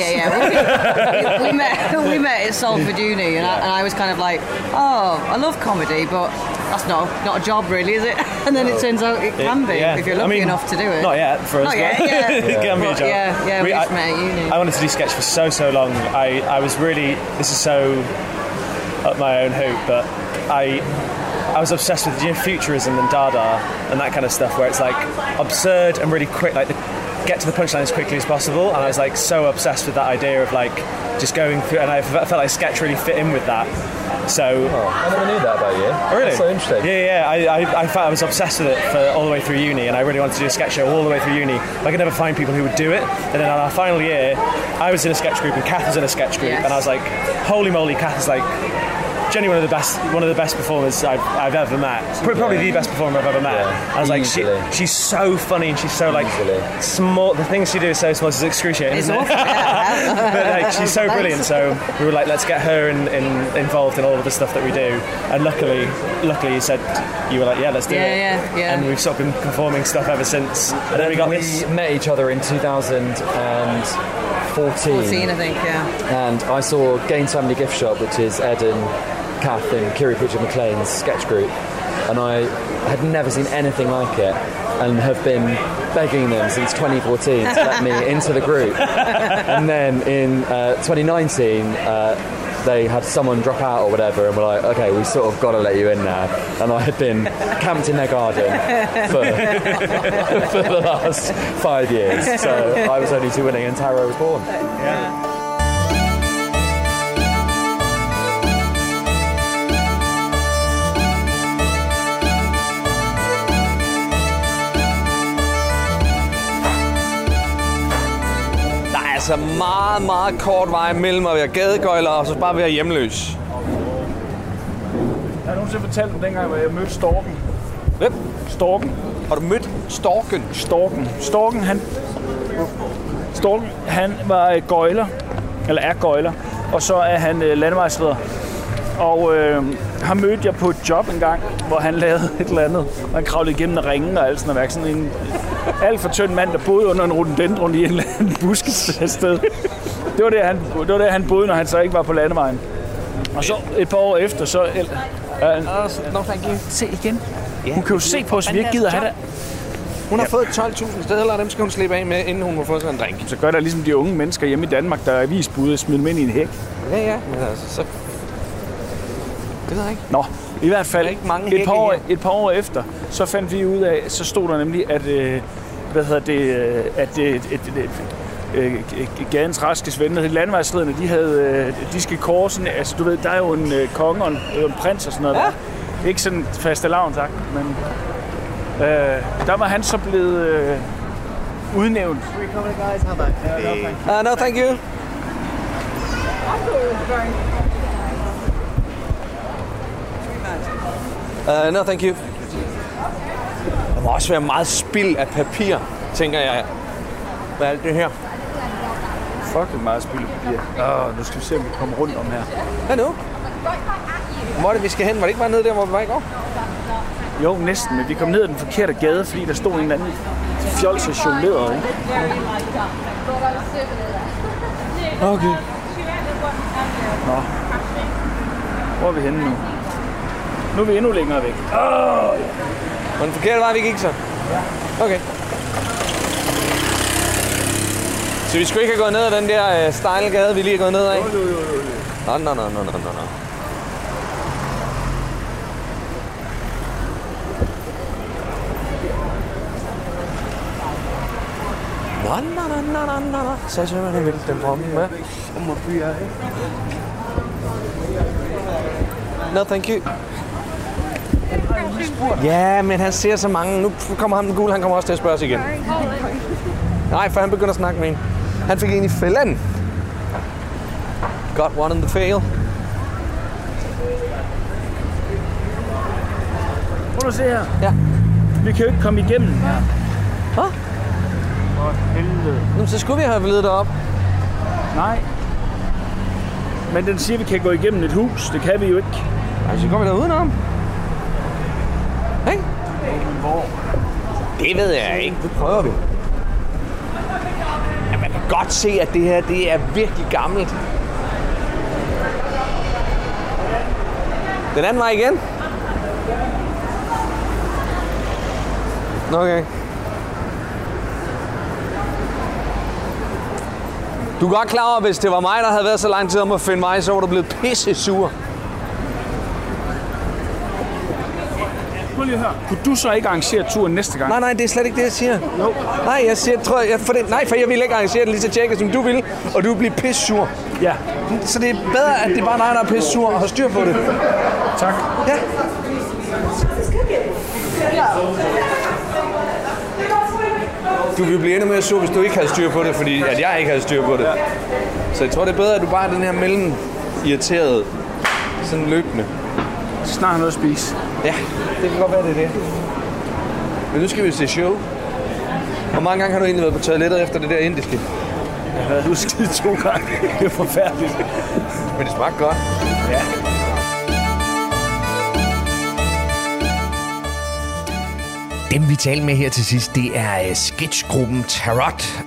[SPEAKER 11] We met at Salford Uni, and I was kind of like, I love comedy, but that's not a job really, is it? And then it turns out it can be if you're lucky enough to do it.
[SPEAKER 4] Not yet for us. Not yet, it can be a job.
[SPEAKER 11] We just met at uni.
[SPEAKER 4] I wanted to do sketch for so long. I was really, this is so up my own hoop, but I was obsessed with futurism and Dada and that kind of stuff, where it's like absurd and really quick, like get to the punchline as quickly as possible. And I was like so obsessed with that idea of like just going through, and I felt like sketch really fit in with that. So
[SPEAKER 12] I never knew that about you.
[SPEAKER 4] Oh, really?
[SPEAKER 12] That's so interesting.
[SPEAKER 4] I felt I was obsessed with it for all the way through uni, and I really wanted to do a sketch show all the way through uni. I could never find people who would do it, and then on our final year I was in a sketch group and Kath was in a sketch group, and I was like, holy moly, Kath is like genuinely one of the best performers I've ever met. Probably the best performer I've ever met. I was like, she's so funny, and she's so like small. The things she do is so small, it's excruciating, isn't it? But like, she's so brilliant. So we were like, let's get her involved in all of the stuff that we do. And luckily you said, you were like, let's do it. And we've sort of been performing stuff ever since. And then we
[SPEAKER 12] met each other in 2014.
[SPEAKER 11] 14, I think,
[SPEAKER 12] And I saw Gaines Family Gift Shop, which is Ed and Kath and Kiri Pritchard-McLean's sketch group, and I had never seen anything like it, and have been begging them since 2014 to let me into the group. And then in 2019 they had someone drop out or whatever, and we're like, okay, we sort of got to let you in now. And I had been camped in their garden for the last 5 years, so I was only too willing, and Tara was born.
[SPEAKER 7] Altså meget kort vej mellem at være gadegøjler og så bare være hjemløs.
[SPEAKER 6] Jeg har nogensinde fortalt om dengang, hvor jeg mødte Storken.
[SPEAKER 7] Hvem?
[SPEAKER 6] Storken.
[SPEAKER 7] Har du mødt Storken?
[SPEAKER 6] Storken, han var gøjler, eller er gøjler, og så er han landevejsridder. Og ham mødte jeg på et job engang, hvor han lavede et eller andet. Han kravlede igennem ringen og alt sådan noget. Sådan en alt for tynd mand, der boede under en rhododendron i en eller anden buskested. Det var der, han boede, når han så ikke var på landevejen. Og så et par år efter, så... Se igen. Hun kan jo se på os, vi ikke gider have det.
[SPEAKER 7] Hun har fået 12.000 steder, og dem skal hun slippe af med, inden hun må få sig en drink.
[SPEAKER 6] Så gør der ligesom de unge mennesker hjemme i Danmark, der er avisbude og smider dem ind i en hæk.
[SPEAKER 7] Ja, men altså, så... Det ved jeg ikke.
[SPEAKER 6] Nå, i hvert fald et par år efter, så fandt vi ud af, så stod der nemlig, at gadens raske svende, landevejsriderne, de skal korse, altså du ved, der er jo en konge og en prins og sådan noget. Ja. Ikke sådan fastelavn, men der var han så blevet udnævnt.
[SPEAKER 7] No, thank you. No, thank you. Der må også være meget spild af papir, tænker jeg. Hvad er alt det her?
[SPEAKER 6] Fucking meget spild af papir. Nu skal vi se, om vi kommer rundt om her.
[SPEAKER 7] Hvad nu? Hvor er det, vi skal hen? Var det ikke bare nede der, hvor vi var i går?
[SPEAKER 6] Jo, næsten, men vi kom ned ad den forkerte gade, fordi der stod en eller anden fjols og jongleret, ikke?
[SPEAKER 7] Okay.
[SPEAKER 6] Nå. Hvor er vi henne nu? Nu er vi endnu længere væk.
[SPEAKER 7] Var den forkerte vej, vi gik så? Ja. Okay. Så vi skulle ikke have gået ned ad den der stejle gade, vi lige er gået ned af? Jo. Nå. Nå. Så synes jeg, det vil den fremme med. No, thank you. Ja, men han ser så mange. Nu kommer ham den gule, han kommer også til at spørge os igen. Nej, for han begynder at snakke med en. Han fik en i fælden. Got one in the fail.
[SPEAKER 6] Prøv at se her.
[SPEAKER 7] Ja.
[SPEAKER 6] Vi kan jo ikke komme igennem her.
[SPEAKER 7] Hvad?
[SPEAKER 6] For helvede.
[SPEAKER 7] Jamen, så skulle vi have ledet derop.
[SPEAKER 6] Nej. Men den siger, vi kan gå igennem et hus. Det kan vi jo ikke.
[SPEAKER 7] Nej, så går vi der udenom. Hey?
[SPEAKER 6] Men hvor?
[SPEAKER 7] Det ved jeg ikke. Det prøver vi. Ja, man kan godt se, at det her, det er virkelig gammelt. Den anden vej igen. Okay. Du er godt klar over, hvis det var mig, der havde været så lang tid om at finde mig, så var du blevet pisse sur.
[SPEAKER 6] Prøv lige at høre. Kunne du så ikke arrangere turen næste gang?
[SPEAKER 7] Nej, det er slet ikke det, jeg siger.
[SPEAKER 6] No.
[SPEAKER 7] Nej, jeg siger, for jeg ville ikke arrangere det lige så tjekke, som du ville, og du bliver pisse sur.
[SPEAKER 6] Ja.
[SPEAKER 7] Så det er bedre, at det er bare dig, der er pisse sur og har styr på det.
[SPEAKER 6] Tak.
[SPEAKER 7] Ja. Du vil blive endnu mere sur, hvis du ikke havde styr på det, fordi at jeg ikke havde styr på det. Ja. Så jeg tror, det er bedre, at du bare er den her mellem irriteret, sådan løbende.
[SPEAKER 6] Snart har noget at spise.
[SPEAKER 7] Ja, det kan godt være, det er det. Men nu skal vi se show. Hvor mange gange har du egentlig været på toilettet efter det der indiske?
[SPEAKER 6] Jeg har været udskidt 2 gange. Det er forfærdeligt.
[SPEAKER 7] Men det smagte godt.
[SPEAKER 6] Ja.
[SPEAKER 2] Dem vi taler med her til sidst, det er sketchgruppen Tarot.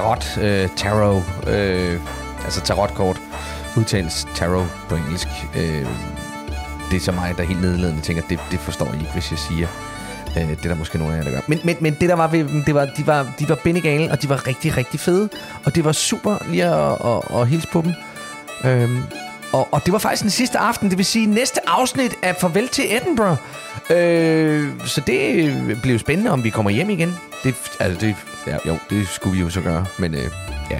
[SPEAKER 2] Altså tarotkort. Udtales tarot på engelsk. Det er så mig, der er helt nedladende tænker, det forstår I ikke, hvis jeg siger. Det er der måske nogen af jer, der gør. Men det der var ved, de var bindegale, og de var rigtig, rigtig fede. Og det var super lige at hilse på dem. Og det var faktisk den sidste aften, det vil sige næste afsnit af Farvel til Edinburgh. Så det bliver spændende, om vi kommer hjem igen. Det skulle vi jo så gøre, men ja.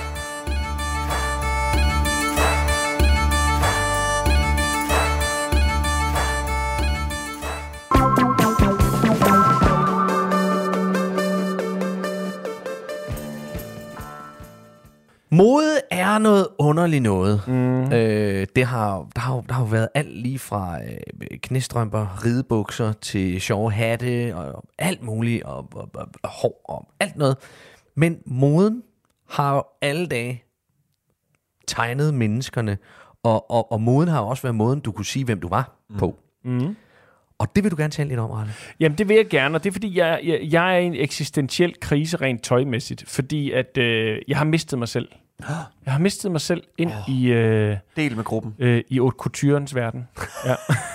[SPEAKER 2] Mode er noget underligt noget. Der har jo været alt lige fra knæstrømper, ridebukser til sjove hatte og alt muligt og hår og alt noget. Men moden har jo alle dage tegnet menneskerne, og moden har også været måden, du kunne sige, hvem du var på. Og det vil du gerne tale lidt om, Arne?
[SPEAKER 4] Jamen, det vil jeg gerne, og det er, fordi jeg er i en eksistentiel krise rent tøjmæssigt, fordi at jeg har mistet mig selv. Jeg har mistet mig selv ind i...
[SPEAKER 3] del med gruppen.
[SPEAKER 4] I haute couturens verden. Ja.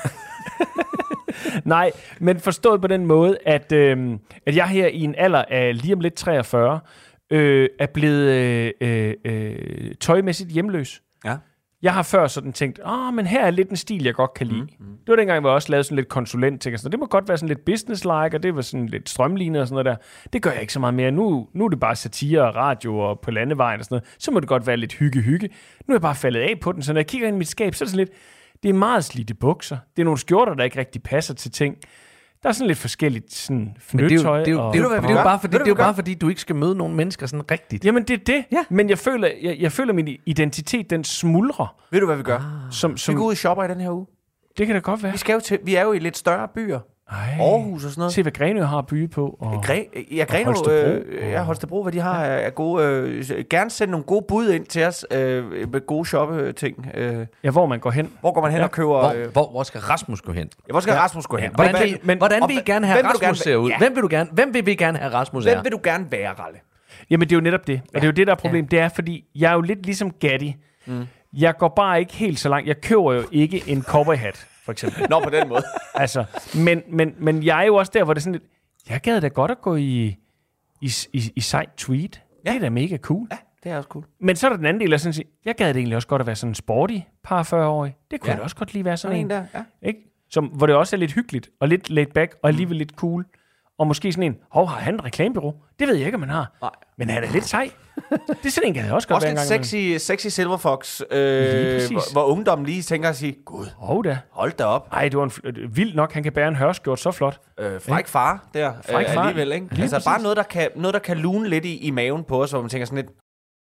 [SPEAKER 4] Nej, men forstået på den måde, at jeg her i en alder af lige om lidt 43, er blevet tøjmæssigt hjemløs.
[SPEAKER 3] Ja.
[SPEAKER 4] Jeg har før sådan tænkt, men her er lidt en stil, jeg godt kan lide. Det var dengang, hvor jeg også lavede sådan lidt konsulent-ting. Det må godt være sådan lidt business-like, og det var sådan lidt strømlignet og sådan noget der. Det gør jeg ikke så meget mere. Nu er det bare satire og radio og på landevejen og sådan noget. Så må det godt være lidt hygge. Nu er jeg bare faldet af på den, så når jeg kigger ind i mit skab, så er det sådan lidt, det er meget slidte bukser. Det er nogle skjorter, der ikke rigtig passer til ting. Der er sådan lidt forskelligt sådan fnøtøj.
[SPEAKER 2] Det er jo bare fordi, du ikke skal møde nogle mennesker sådan rigtigt.
[SPEAKER 4] Jamen, det er det. Ja. Men jeg føler min identitet, den smuldrer.
[SPEAKER 3] Ved du, hvad vi gør? Vi går ud og shopper i den her uge.
[SPEAKER 4] Det kan da godt være.
[SPEAKER 3] Vi er jo i lidt større byer. Aarhus og sådan noget.
[SPEAKER 4] Se, hvad Grenø har at byde på.
[SPEAKER 3] Grenø, Holstebro, hvad de har er gode. Gerne sende nogle gode bud ind til os med gode shoppe-ting.
[SPEAKER 4] Hvor man går hen.
[SPEAKER 3] Hvor går man hen og køber...
[SPEAKER 2] Hvor skal Rasmus gå hen?
[SPEAKER 3] Hvor skal Rasmus gå hen?
[SPEAKER 2] Hvordan vil I gerne have Rasmus ser ud? Hvem vil vi gerne have Rasmus er?
[SPEAKER 3] Hvem vil du gerne være, Ralle?
[SPEAKER 4] Jamen, det er jo netop det. Og det er jo det, der er problem. Det er, fordi jeg er jo lidt ligesom Gatti. Jeg går bare ikke helt så langt. Jeg køber jo ikke en cowboyhat, for eksempel.
[SPEAKER 3] Nå, på den måde.
[SPEAKER 4] Altså, men jeg er jo også der, hvor det er sådan lidt, jeg gad da godt at gå i sejt tweed. Ja. Det er da mega cool.
[SPEAKER 3] Ja, det er også cool.
[SPEAKER 4] Men så er der den anden del, der sådan siger, jeg gad det egentlig også godt at være sådan en sporty par 40-årig. Det kunne jeg da også godt lige være sådan en.
[SPEAKER 3] Der,
[SPEAKER 4] ikke? Hvor det også er lidt hyggeligt, og lidt laid back, og alligevel lidt cool. Og måske sådan en, har han et reklamebureau? Det ved jeg ikke, om man har. Nej. Men han er lidt sej. Det er sådan en, kan jeg også godt være.
[SPEAKER 3] Også lidt sexy Silver Fox, hvor ungdommen lige tænker at sige, gud, hold da op.
[SPEAKER 4] Ej, det var vildt nok, han kan bære en hørskjort så flot.
[SPEAKER 3] Fræk far der, alligevel, ikke? Altså bare noget, der kan lune lidt i maven på os, hvor man tænker sådan lidt.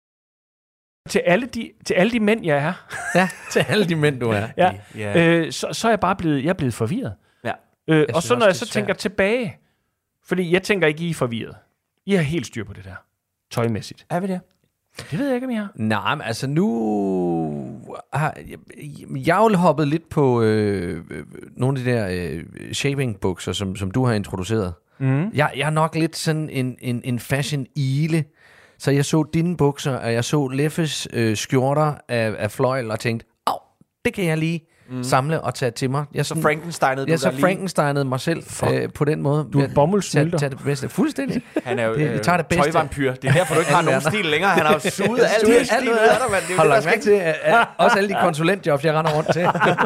[SPEAKER 4] Til alle de mænd, jeg er.
[SPEAKER 2] Ja, til alle de mænd, du er.
[SPEAKER 4] Ja. Så er jeg bare blevet forvirret. Ja. Og så når jeg så tænker tilbage, fordi jeg tænker ikke, I er forvirret. I har helt styr på det der. Tøjmæssigt.
[SPEAKER 3] Er vi det?
[SPEAKER 4] Det ved jeg ikke, om I har.
[SPEAKER 2] Nej, men altså nu har jeg jo hoppet lidt på nogle af de der shaping-bukser, som du har introduceret. Jeg er nok lidt sådan en fashion-ile. Så jeg så dine bukser, og jeg så Leffes skjorter af fløjl, og tænkte, det kan jeg lige samle og tage til mig.
[SPEAKER 3] Så Frankensteinede
[SPEAKER 2] mig selv på den måde.
[SPEAKER 4] Du er bomuldsnylter.
[SPEAKER 2] Tage det bedste. Fuldstændig.
[SPEAKER 3] Han er jo tøjvampyr. Det er derfor, du ikke har nogen stil længere. Han har jo suget alt det stil ud af dig, mand.
[SPEAKER 2] Hold lagt mærke til, også alle de konsulentjobs, jeg render rundt til.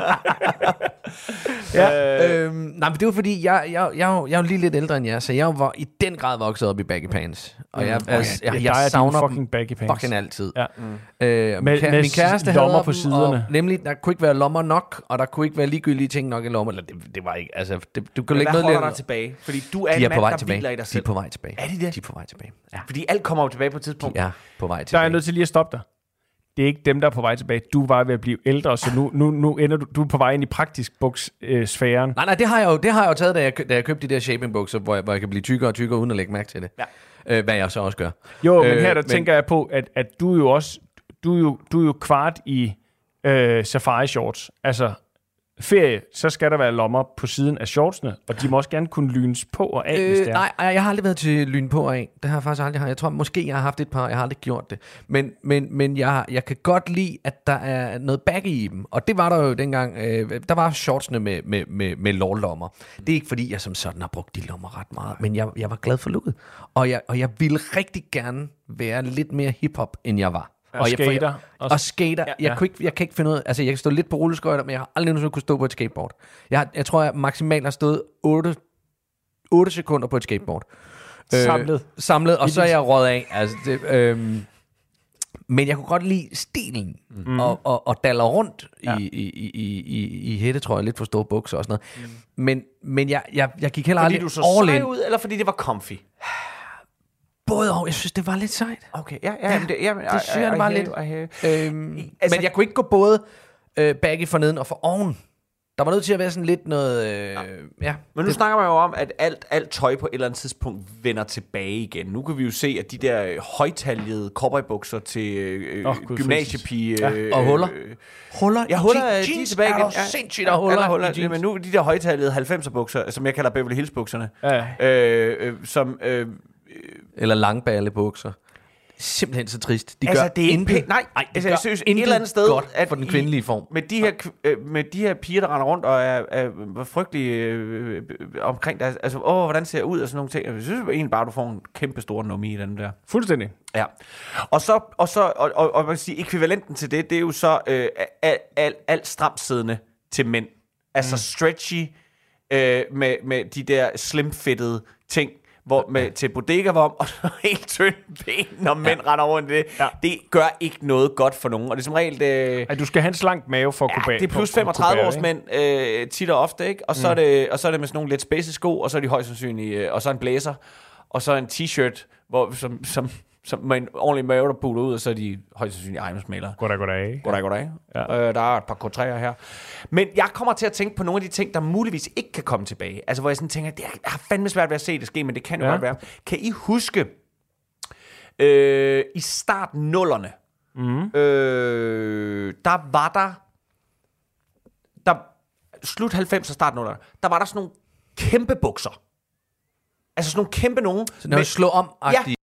[SPEAKER 2] Nej, men det var fordi, jeg er jo lige lidt ældre end jer, så jeg var i den grad vokset op i baggy pants. Og jeg savner
[SPEAKER 4] fucking baggy pants.
[SPEAKER 2] Fucking altid.
[SPEAKER 4] Ja.
[SPEAKER 2] Min kæreste havde
[SPEAKER 4] lommer på siderne.
[SPEAKER 2] Nemlig, der kunne ikke være lommer nok, og der kunne ikke være ligegyldige ting nok i lommer. Eller det var ikke, altså, du kan lægge noget
[SPEAKER 3] dig tilbage? Fordi du er en mand, der hviler i dig selv.
[SPEAKER 2] De er på vej tilbage.
[SPEAKER 3] Er de det?
[SPEAKER 2] De er på vej tilbage. Ja.
[SPEAKER 3] Fordi alt kommer jo tilbage på et tidspunkt.
[SPEAKER 2] De er på vej tilbage.
[SPEAKER 4] Der er jeg nødt til lige at stoppe dig. Det er ikke dem, der er på vej tilbage. Du er bare ved at blive ældre, så nu ender du er på vej ind i praktisk buks-sfæren.
[SPEAKER 2] Nej, det har jeg jo taget, da jeg købte de der shaping-bukser, hvor jeg kan blive tykkere og tykkere, uden at lægge mærke til det. Ja. Hvad jeg så også gør.
[SPEAKER 4] Jo, men her tænker jeg på, at du er jo også, du er jo kvart i safari-shorts. Altså, ferie, så skal der være lommer på siden af shortsene, og de må også gerne kunne lynes på og af, hvis det er.
[SPEAKER 2] Nej, jeg har aldrig været til lyn på og af. Det har jeg faktisk aldrig. Jeg tror, måske jeg har haft et par, jeg har aldrig gjort det. Men jeg kan godt lide, at der er noget baggy i dem. Og det var der jo dengang, der var shortsene med lårlommer. Det er ikke fordi, jeg som sådan har brugt de lommer ret meget, men jeg var glad for looket. Og jeg ville rigtig gerne være lidt mere hiphop, end jeg var. Og skater. Ja. Jeg kan ikke finde ud af, altså jeg kan stå lidt på rulleskøjter, men jeg har aldrig nogensinde kunne stå på et skateboard. Jeg tror, jeg maksimalt har stået 8 sekunder på et skateboard. Samlet, og så er jeg røget af. Altså, men jeg kunne godt lide stilen, og daller rundt i hættetrøjer, lidt for store bukser og sådan noget. Men jeg gik heller aldrig all in.
[SPEAKER 3] Fordi du så sej ud, eller fordi det var comfy?
[SPEAKER 2] Både og. Jeg synes, det var lidt sejt.
[SPEAKER 3] Okay, ja.
[SPEAKER 2] Det synes jeg, det var lidt. Men jeg kunne ikke gå både baggy for neden og for oven. Der var nødt til at være sådan lidt noget...
[SPEAKER 3] Men nu snakker man jo om, at alt tøj på et eller andet tidspunkt vender tilbage igen. Nu kan vi jo se, at de der højtaljede cowboybukser til gymnasiepige...
[SPEAKER 2] Og huller.
[SPEAKER 3] Ja, huller er de tilbage igen.
[SPEAKER 2] Sindssygt, der huller.
[SPEAKER 3] Men nu de der højtaljede 90'er bukser, som jeg kalder Beverly Hills bukserne, som...
[SPEAKER 2] Eller langballebukser. simpelthen så trist. De
[SPEAKER 3] altså,
[SPEAKER 2] gør
[SPEAKER 3] det er
[SPEAKER 2] intet.
[SPEAKER 3] ikke nej,
[SPEAKER 2] altså,
[SPEAKER 3] jeg synes et eller andet sted
[SPEAKER 2] godt for den kvindelige form.
[SPEAKER 3] Med de her piger, der render rundt og er frygtelige omkring deres, altså hvordan ser jeg ud og sådan nogle ting. Jeg synes egentlig bare, du får en kæmpe stor nummer i den der.
[SPEAKER 4] Fuldstændig.
[SPEAKER 3] Ja. Og man kan sige, ekvivalenten til det er jo så alt stramsiddende til mænd. Altså stretchy med de der slim-fittede ting, til bodega-vom og så helt tynde ben, når mænd render rundt det. Ja. Det gør ikke noget godt for nogen. Og det er som regel...
[SPEAKER 4] at du skal have en slank mave for at kunne bære.
[SPEAKER 3] Det er plus 35 års mænd tit og ofte, ikke? Og så er det med sådan nogle lidt spidse sko, og så er de højst sandsynlige, og så en blazer, og så en t-shirt, som med en ordentlig mave, der puler ud, og så er de højst sandsynlige ejendomsmælere. Goddag. Ja. Der er et par K3'er her. Men jeg kommer til at tænke på nogle af de ting, der muligvis ikke kan komme tilbage. Altså, hvor jeg sådan tænker, jeg har fandme svært ved at se det ske, men det kan jo godt være. Kan I huske, i start 0'erne, der var der slut 90'er, start 0'erne, der var der sådan nogle kæmpe bukser. Altså sådan nogle kæmpe nogen.
[SPEAKER 2] Så når vi slår om-agtige.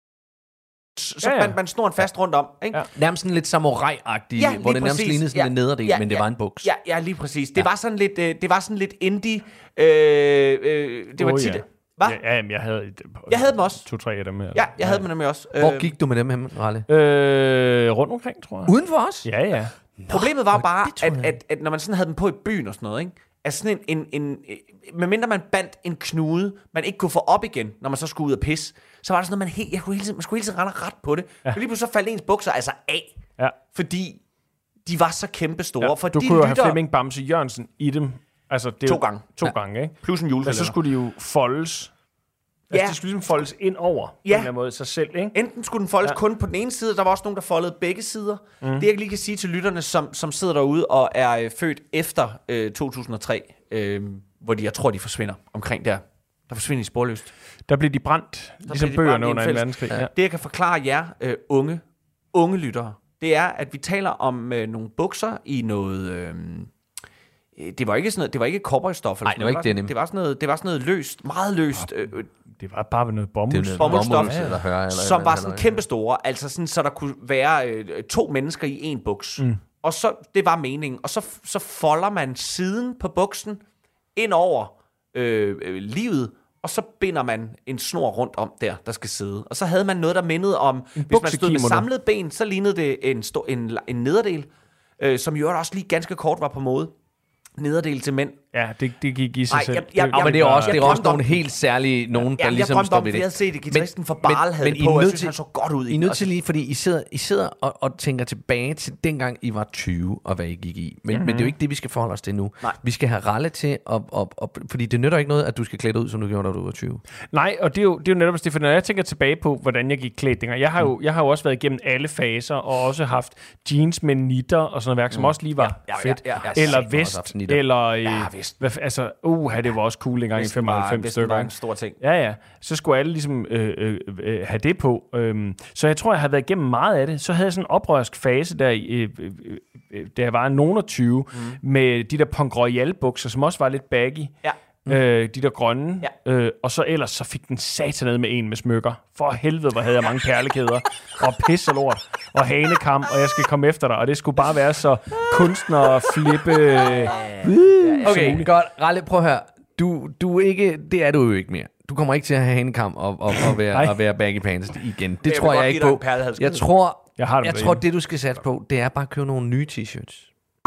[SPEAKER 3] Så bandt man snoren fast rundt om. Ikke?
[SPEAKER 2] Ja. Nærmest sådan lidt samurai-agtigt, hvor det nærmest lignede sådan en nederdel, men det var en buks.
[SPEAKER 3] Ja, lige præcis. Det var sådan lidt indie. Det var tit... Hvad?
[SPEAKER 4] Ja, jeg
[SPEAKER 3] havde dem også.
[SPEAKER 4] 2-3 af dem her.
[SPEAKER 3] Ja, jeg havde dem også.
[SPEAKER 2] Hvor gik du med dem hen, Ralle?
[SPEAKER 4] Rundt omkring, tror jeg.
[SPEAKER 2] Uden for os?
[SPEAKER 4] Ja.
[SPEAKER 3] Problemet var bare, at når man sådan havde dem på i byen og sådan noget, ikke? Altså sådan medmindre man bandt en knude, man ikke kunne få op igen, når man så skulle ud og pisse, så var der sådan noget, man skulle hele tiden rende ret på det. Ja. Lige pludselig så faldt ens bukser altså af, fordi de var så kæmpe store.
[SPEAKER 4] Ja.
[SPEAKER 3] For
[SPEAKER 4] du kunne jo have Flemming Bamse Jørgensen i dem. Altså, det
[SPEAKER 3] 2 gange.
[SPEAKER 4] 2 gange, ikke?
[SPEAKER 3] Plus en julekalender.
[SPEAKER 4] Så skulle de jo foldes. Altså, de skulle ligesom foldes ind over på en eller anden måde sig selv, ikke?
[SPEAKER 3] Enten skulle den foldes kun på den ene side, der var også nogen, der foldede begge sider. Det jeg lige kan sige til lytterne, som sidder derude og er født efter 2003, hvor jeg tror, de forsvinder omkring der. Der forsvinder de sporløst.
[SPEAKER 4] Der blev de brændt, ligesom bøgerne under en verdenskrig. Ja.
[SPEAKER 3] Det jeg kan forklare jer, unge lyttere, det er, at vi taler om nogle bukser i noget... Det var ikke sådan noget, det var ikke cowboystof.
[SPEAKER 2] Nej, det var ikke denim.
[SPEAKER 3] Det var sådan noget løst, meget løst.
[SPEAKER 4] Det var bare noget bomuldstof,
[SPEAKER 3] som var sådan kæmpe store, altså sådan, så der kunne være 2 mennesker i en buks. Og så, det var meningen. Og så folder man siden på buksen ind over livet, og så binder man en snor rundt om der skal sidde. Og så havde man noget, der mindede om, hvis man stod med samlet ben, så lignede det en nederdel, som jo også lige ganske kort var på mode. Nederdel til mænd.
[SPEAKER 4] Ja, det gik i sig selv.
[SPEAKER 2] Men det er også nogle helt særlige, nogen, der ligesom står ved det.
[SPEAKER 3] Jeg havde set det, guitaristen for Barl havde det på, og jeg synes, han så godt ud i.
[SPEAKER 2] I er nødt til lige, fordi I sidder og tænker tilbage til dengang, I var 20, og hvad I gik i. Men det er jo ikke det, vi skal forholde os til nu. Nej. Vi skal have Ralle til, fordi det nytter ikke noget, at du skal klæde ud, som du gjorde, da du var 20.
[SPEAKER 4] Nej, og det er jo netop det, for når jeg tænker tilbage på, hvordan jeg gik klædt dengang. Jeg har jo også været igennem alle faser, og også haft jeans med nitter og sådan noget værk, som også lige var fedt. Eller vest, eller... Altså, det var også cool dengang i 95 stykker.
[SPEAKER 3] Det var en stor ting.
[SPEAKER 4] Ja. Så skulle alle ligesom have det på. Så jeg tror, jeg har været igennem meget af det. Så havde jeg sådan en oprørsk fase der, da jeg var nogen 20, med de der Punk Royal bukser, som også var lidt baggy. Ja. De der grønne. Ja. Og så ellers så fik den satanede med en med smykker. For helvede, hvor havde jeg mange perlekæder. Og pis og lort. Og hanekam, og jeg skal komme efter dig. Og det skulle bare være så kunstner flippe.
[SPEAKER 2] Okay, godt. Ralle, prøv at høre. Du er ikke, det er du jo ikke mere. Du kommer ikke til at have hanekam og være baggy pants igen. Det tror jeg ikke på. Jeg tror, det du skal satse på, det er bare at købe nogle nye t-shirts.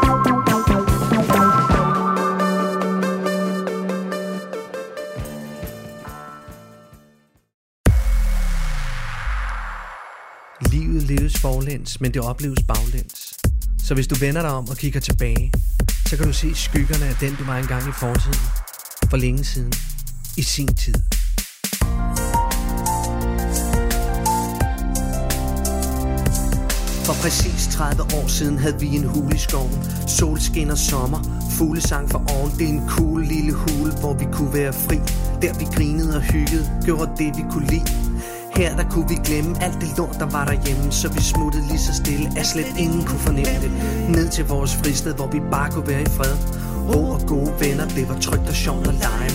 [SPEAKER 2] Livet leves forlæns, men det opleves baglæns. Så hvis du vender dig om og kigger tilbage, så kan du se skyggerne af den, du var engang i fortiden. For længe siden. I sin tid. For præcis 30 år siden havde vi en hule i skoven. Solskin og sommer, fuglesang for oven. Det er en cool lille hule, hvor vi kunne være fri. Der vi grinede og hyggede, gjorde det vi kunne lide. Her der kunne vi glemme alt det lort, der var derhjemme. Så vi smuttede lige så stille, at slet ingen kunne fornemme det. Ned til vores fristed, hvor vi bare kunne være i fred. Ro og gode venner, det var trygt og sjovt at lege med. 3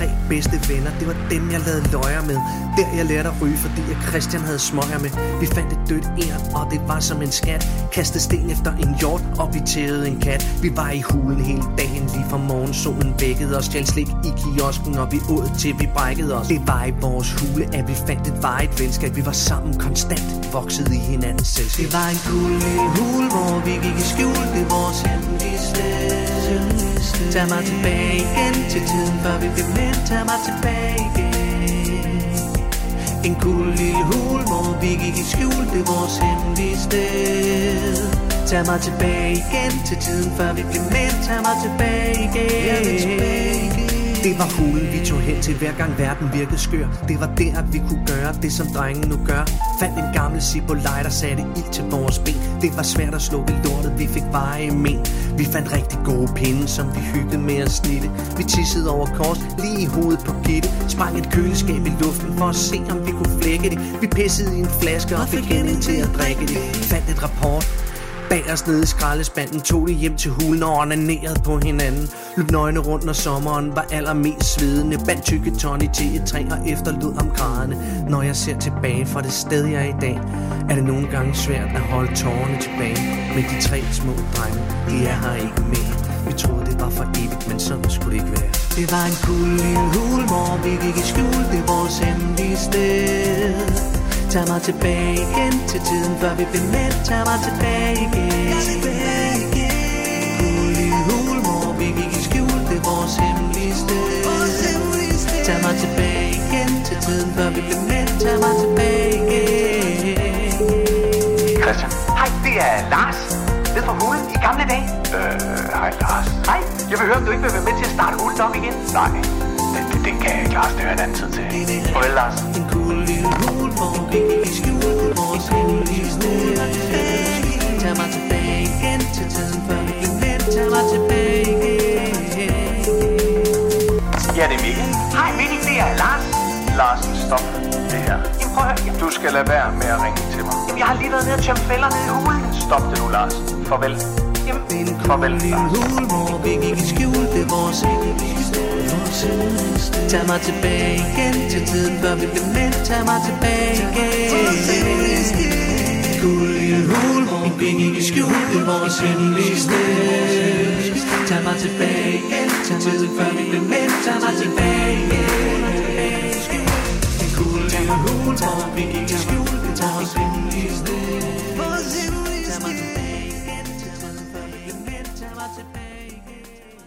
[SPEAKER 13] tre bedste venner, det var dem jeg lavede løjer med. Der jeg lærte at ryge, fordi jeg Christian havde smøger med. Vi fandt et dødt æren, og det var som en skat. Kastede sten efter en hjort, og vi tævede en kat. Vi var i hulen hele dagen, lige fra morgensolen vækkede os. Stjal slik i kiosken, og vi åd til vi brækkede os. Det var i vores hule, at vi fandt et varigt venskab. Vi var sammen konstant, voksede i hinandens selskab. Det var en cool lille hule, hvor vi gik i skjul. Det er vores hemmelige sted. Tag mig tilbage igen til tiden, før vi blev mænd. Tag mig tilbage igen. En cool lille hul, hvor vi gik i skjul. Det er vores hemmelige sted. Tag mig tilbage igen til tiden, før vi blev mænd. Tag mig tilbage igen. Det var hulen, vi tog hen til hver gang verden virkede skør. Det var der, at vi kunne gøre det, som drengen nu gør. Fandt en gammel Zippo lighter, satte ild til vores ben. Det var svært at slukke lortet, vi fik veje men. Vi fandt rigtig gode pinde, som vi hyggede med at snitte. Vi tissede over kors, lige i hovedet på Gitte. Sprang et køleskab i luften for at se, om vi kunne flække det. Vi pissede i en flaske og fik hende til at drikke det. Fandt et rapport bag os nede i skraldespanden, tog det hjem til hulen og onanerede på hinanden. Løb nøgne rundt, når sommeren var allermest svedende. Bandt tykke tonic til et træ og efterlod om grædende. Når jeg ser tilbage fra det sted, jeg er i dag, er det nogle gange svært at holde tårerne tilbage. Men de tre små drenge, de er her ikke mere. Vi troede, det var for evigt, men sådan skulle det ikke være. Det var en cool lille hul, hvor vi gik i skjul. Det er vores hemmelige sted. Tag mig tilbage igen til tiden, før vi blev mænd. Tag mig tilbage igen. Cool lille hul, hvor vi gik i skjul. Det er vores hemmelige sted. Tag mig tilbage igen til tiden, før vi blev mænd. Tag mig tilbage igen.
[SPEAKER 14] Christian. Hej, det er Lars. Ned fra hulen i gamle dage. Hej Lars. Hej, jeg vil høre, om du ikke vil være med til at starte hulen op igen. Nej, det kan jeg ikke, Lars. Det hører en anden tid til. Farvel, Lars.
[SPEAKER 13] En cool lille hul, hvor vi gik i skjul. Det er vores hemmelige sted. Tag mig tilbage igen til tiden, før vi blev mænd. Tag mig tilbage igen.
[SPEAKER 14] Ja, det er Mikkel. Hej Mikkel, det er Lars.
[SPEAKER 15] Larsen, stop det her.
[SPEAKER 14] Jamen, prøv at høre.
[SPEAKER 15] Du skal lade være med at ringe til mig.
[SPEAKER 14] Jamen, jeg har lige været nede og tømme fælder nede i hulen.
[SPEAKER 15] Stop det nu, Lars. Farvel.
[SPEAKER 14] Jamen,
[SPEAKER 15] farvel, Lars.
[SPEAKER 13] Hul, hvor vi gik i skjul. Det er vores hemmelige sted. Tag mig tilbage igen til tiden, før vi blev mænd. Tag mig tilbage igen. Cool lille hul, hvor vi gik i skjul. Det er vores hemmelige sted. Tag mig tilbage igen til tiden, før vi blev mænd. Tag mig tilbage igen. Cool lille hul, hvor vi gik i skjul. Det er vores hemmelige sted. Tag mig tilbage igen til tiden, før vi blev mænd. Tag mig tilbage igen.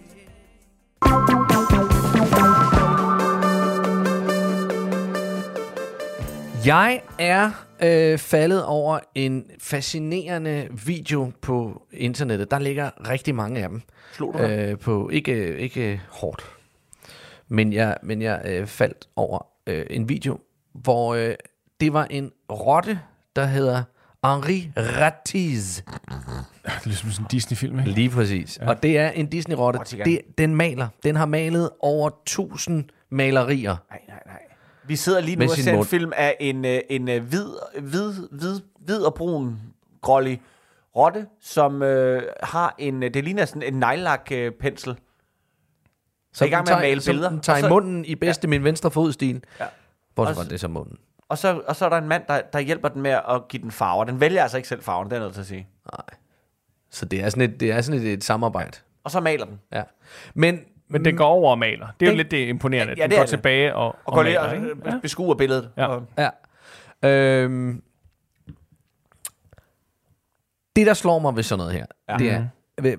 [SPEAKER 2] Jeg er faldet over en fascinerende video på internettet. Der ligger rigtig mange af dem.
[SPEAKER 3] Slog du
[SPEAKER 2] på ikke hårdt. Men jeg faldt over en video, hvor det var en rotte, der hedder Henri Rattez.
[SPEAKER 4] Det er ligesom sådan en Disney-film, ikke?
[SPEAKER 2] Lige præcis. Ja. Og det er en Disney-rotte. Den maler. Den har malet over 1000 malerier.
[SPEAKER 3] Nej. Vi sidder lige nu og ser en film af en hvid og brun grålig rotte, som har det ligner sådan en nejlak-pensel. Så i gang med at male billeder.
[SPEAKER 2] Den tager i munden i bedste min venstre fodstil. Ja. Bortset fra det som munden.
[SPEAKER 3] Og så er der en mand, der hjælper den med at give den farver. Den vælger altså ikke selv farven, det er noget til at sige.
[SPEAKER 2] Nej. Så det er sådan et samarbejde.
[SPEAKER 3] Og så maler den.
[SPEAKER 2] Ja.
[SPEAKER 4] Men den går over og maler. Det er jo lidt det imponerende.
[SPEAKER 3] Ja,
[SPEAKER 4] den går tilbage og
[SPEAKER 3] går
[SPEAKER 4] maler,
[SPEAKER 3] lige og beskuer billedet.
[SPEAKER 2] Ja. Det, der slår mig ved sådan noget her, det er...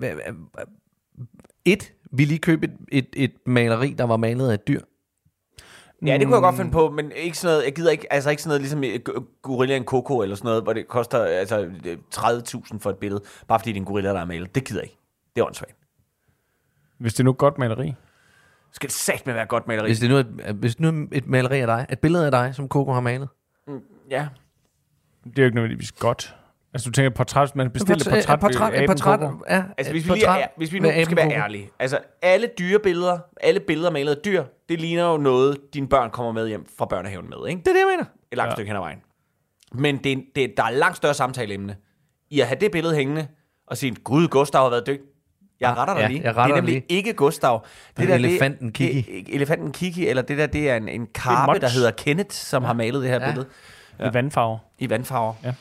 [SPEAKER 2] Vil lige købe et maleri, der var malet af et dyr?
[SPEAKER 3] Ja, det kunne jeg godt finde på, men ikke sådan noget, jeg gider ikke, altså ikke sådan noget ligesom Gorillaen Coco eller sådan noget, hvor det koster altså 30.000 for et billede, bare fordi det er en gorilla, der er malet. Det gider jeg ikke. Det er åndssvagt.
[SPEAKER 4] Hvis det nu er godt maleri.
[SPEAKER 3] Skal det satme være godt maleri?
[SPEAKER 2] Hvis det nu er et maleri af dig, et billede af dig, som Coco har malet?
[SPEAKER 3] Ja.
[SPEAKER 4] Det er jo ikke nødvendigvis godt. Altså du tænker portræt, man bestiller
[SPEAKER 2] portræt. Ja,
[SPEAKER 3] altså hvis vi nu skal være ærlige. Altså alle dyrebilleder, alle billeder malet af dyr, det ligner jo noget, dine børn kommer med hjem fra børnehaven med, ikke?
[SPEAKER 2] Det er det, jeg mener.
[SPEAKER 3] Et langt stykke hen ad vejen. Men der er langt større samtaleemne i at have det billede hængende og sige, gud, Gustav har været dygtig. Jeg retter dig lige. Det er nemlig ikke Gustav.
[SPEAKER 2] Det er elefanten Kiki.
[SPEAKER 3] Elefanten Kiki, eller det der, det er en karpe, der hedder Kenneth, som har malet det her billede.
[SPEAKER 4] Ja. I vandfarver.
[SPEAKER 3] I vandfarver.
[SPEAKER 4] Ja.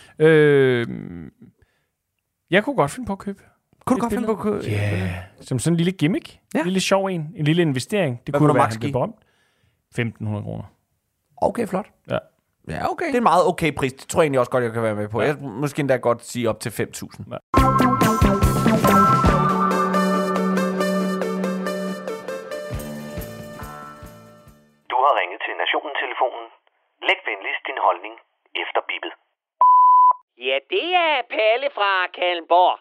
[SPEAKER 4] Jeg kunne godt finde på at købe.
[SPEAKER 2] Kunne du godt finde på at købe?
[SPEAKER 4] Ja. Som sådan en lille gimmick. En lille sjov en. En lille investering. Det kunne være, han blev berømt. 1.500 kroner.
[SPEAKER 2] Okay, flot.
[SPEAKER 4] Ja.
[SPEAKER 2] Ja, okay.
[SPEAKER 3] Det er en meget okay pris. Det tror jeg egentlig også godt, jeg kan være med på. Jeg måske endda godt sige op til 5.000.
[SPEAKER 4] Ja.
[SPEAKER 16] Du har ringet til Nationen-telefonen. Læg venligst din holdning efter bippet.
[SPEAKER 17] Ja, det er Palle fra Kalmborg.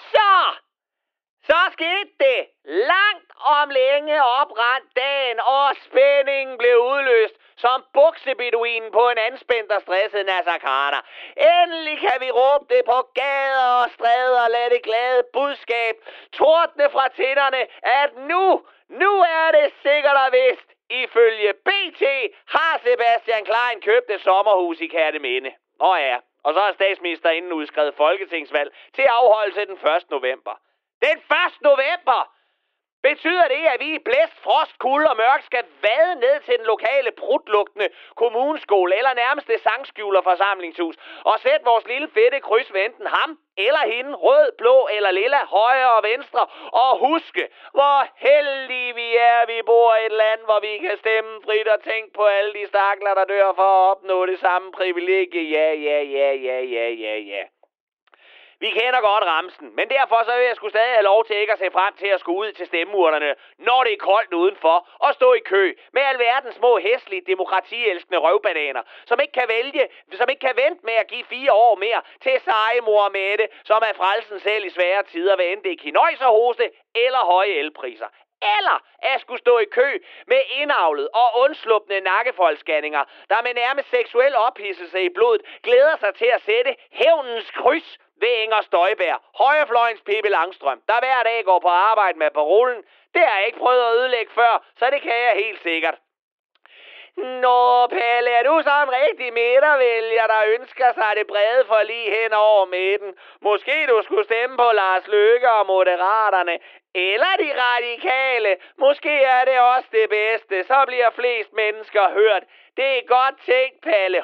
[SPEAKER 17] Så skete det. Langt om længe oprandt dagen, og spændingen blev udløst som buksebeduinen på en anspændt og stresset Nasser Carter. Endelig kan vi råbe det på gader og stræder og lade det glade budskab tordne fra tænderne, at nu er det sikkert og vist. Ifølge BT har Sebastian Klein købt et sommerhus i Kerteminde. Og så har statsministerinden udskrevet folketingsvalg til afholdelse den 1. november. Den 1. november! Betyder det, at vi i blæst, frost, kulde og mørk skal vade ned til den lokale prutlugtende kommuneskole eller nærmeste sangskjul og forsamlingshus og sætte vores lille fedte kryds ved enten ham eller hende, rød, blå eller lilla, højre og venstre, og huske, hvor heldige vi er, vi bor i et land, hvor vi kan stemme frit og tænke på alle de stakler, der dør for at opnå det samme privilegie. Ja. Vi kender godt ramsen, men derfor så vil jeg sgu stadig have lov til ikke at se frem til at skulle ud til stemmeurnerne, når det er koldt udenfor, og stå i kø med alverdens små hæslige demokratielskende røvbananer, som ikke kan vente med at give 4 år mere til seje mor Mette, som er frelsen selv i svære tider, hvad end det er kinøjs og hoste eller høje elpriser. Eller at skulle stå i kø med indavlet og undslupne nakkefoldsscanninger, der med nærmest seksuel ophidselse i blodet glæder sig til at sætte hævnens kryds ved Inger Støjberg, højrefløjens Pippi Langstrøm, der hver dag går på arbejde med parolen. Det har jeg ikke prøvet at ødelægge før, så det kan jeg helt sikkert. Nå, Palle, er du så en rigtig midtervælger, der ønsker sig det brede forlig hen over midten? Måske du skulle stemme på Lars Løkke og Moderaterne, eller de radikale. Måske er det også det bedste, så bliver flest mennesker hørt. Det er godt tænkt, Palle.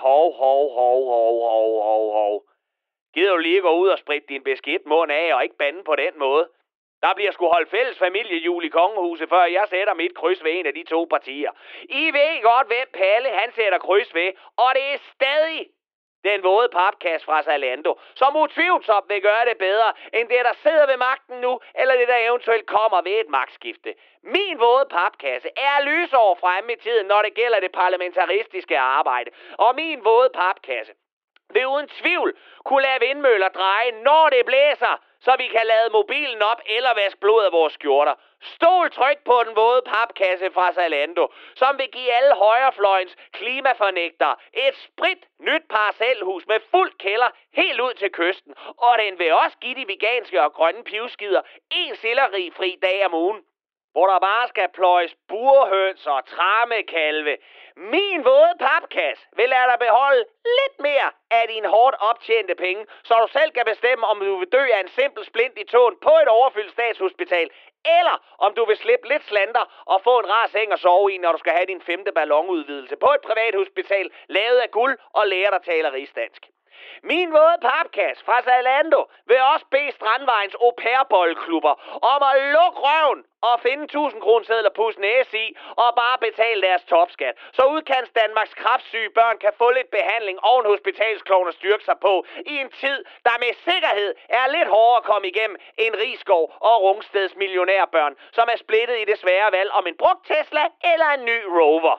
[SPEAKER 17] Hov. Gider du lige gå ud og spritte din beskidt mund af og ikke bande på den måde? Der bliver sgu holdt fælles familiejul i kongehuset, før jeg sætter mit kryds ved en af de 2 partier. I ved godt, hvem Palle han sætter kryds ved, og det er stadig den våde papkasse fra Zalando, som utvivlsomt vil gøre det bedre, end det, der sidder ved magten nu, eller det, der eventuelt kommer ved et magtskifte. Min våde papkasse er lysår fremme i tiden, når det gælder det parlamentaristiske arbejde. Og min våde papkasse vil uden tvivl kunne lade vindmøller dreje, når det blæser, så vi kan lade mobilen op eller vaske blod af vores skjorter. Stol tryk på den våde papkasse fra Zalando, som vil give alle højrefløjens klimafornægtere et sprit nyt parcelhus med fuld kælder helt ud til kysten. Og den vil også give de veganske og grønne pivskider en sellerifri dag om ugen, hvor der bare skal pløjes burhøns og trammekalve. Min våde papkasse vil lade dig beholde lidt mere af dine hårdt optjente penge, så du selv kan bestemme, om du vil dø af en simpel splint i tåen på et overfyldt statshospital, eller om du vil slippe lidt slanter og få en rar seng at sove i, når du skal have din 5. ballonudvidelse på et privathospital lavet af guld og lærer, der taler rigsdansk. Min våde papkasse fra Zalando vil også bede Strandvejens au pair-boldklubber om at lukke røven og finde 1000 kronesedler pus næse i og bare betale deres topskat, så udkants Danmarks kræftsyge børn kan få lidt behandling og en hospitalsklovn at styrke sig på i en tid, der med sikkerhed er lidt hårdere at komme igennem end Risskov og Rungsteds millionærbørn, som er splittet i det svære valg om en brugt Tesla eller en ny Rover.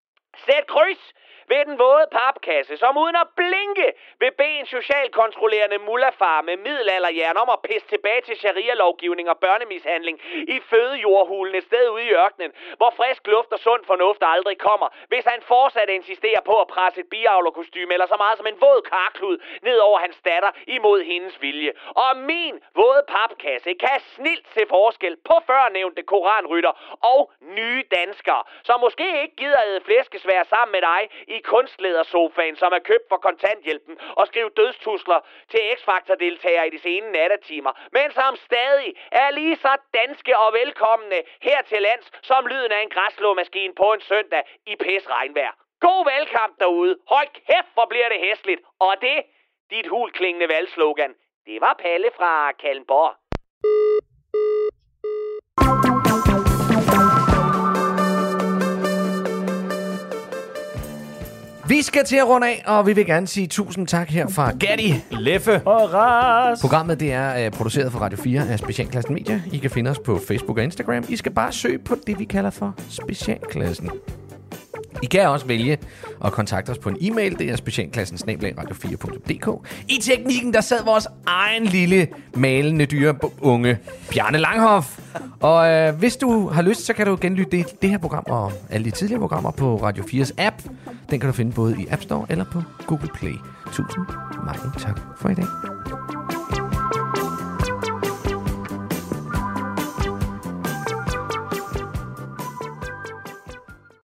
[SPEAKER 17] Sæt kryds ved den våde papkasse, som uden at blinke vil bede en socialkontrollerende mullafar med middelalderhjern om at pisse tilbage til sharia-lovgivning og børnemishandling i fødejordhulen et sted ude i ørkenen, hvor frisk luft og sund fornuft aldrig kommer, hvis han fortsat insisterer på at presse et biavlerkostyme eller så meget som en våd karklud ned over hans datter imod hendes vilje. Og min våde papkasse kan snilt se forskel på førnævnte koranrytter og nye danskere, som måske ikke gider æde flæskesvær sammen med dig i kunstlædersofaen, som er købt for kontanthjælpen, og skrive dødstusler til X-Factor-deltagere i de sene nattetimer, men som stadig er lige så danske og velkomne her til lands, som lyden af en græsslåmaskine på en søndag i pisregnvejr. God valgkamp derude. Hold kæft, hvor bliver det hæsligt. Og det, dit hulklingende valgslogan, det var Palle fra Kalmborg.
[SPEAKER 2] Vi skal til at runde af, og vi vil gerne sige tusind tak her fra Gatti,
[SPEAKER 4] Leffe og Ras.
[SPEAKER 2] Programmet det er produceret for Radio 4 af Specialklassen Media. I kan finde os på Facebook og Instagram. I skal bare søge på det, vi kalder for Specialklassen. I kan også vælge at kontakte os på en e-mail. Det er specialklassen@radio4.dk. I teknikken, der sad vores egen lille malende dyreunge, Bjarne Langhoff. Og hvis du har lyst, så kan du genlytte det her program og alle de tidligere programmer på Radio 4's app. Den kan du finde både i App Store eller på Google Play. Tusind mange tak for i dag.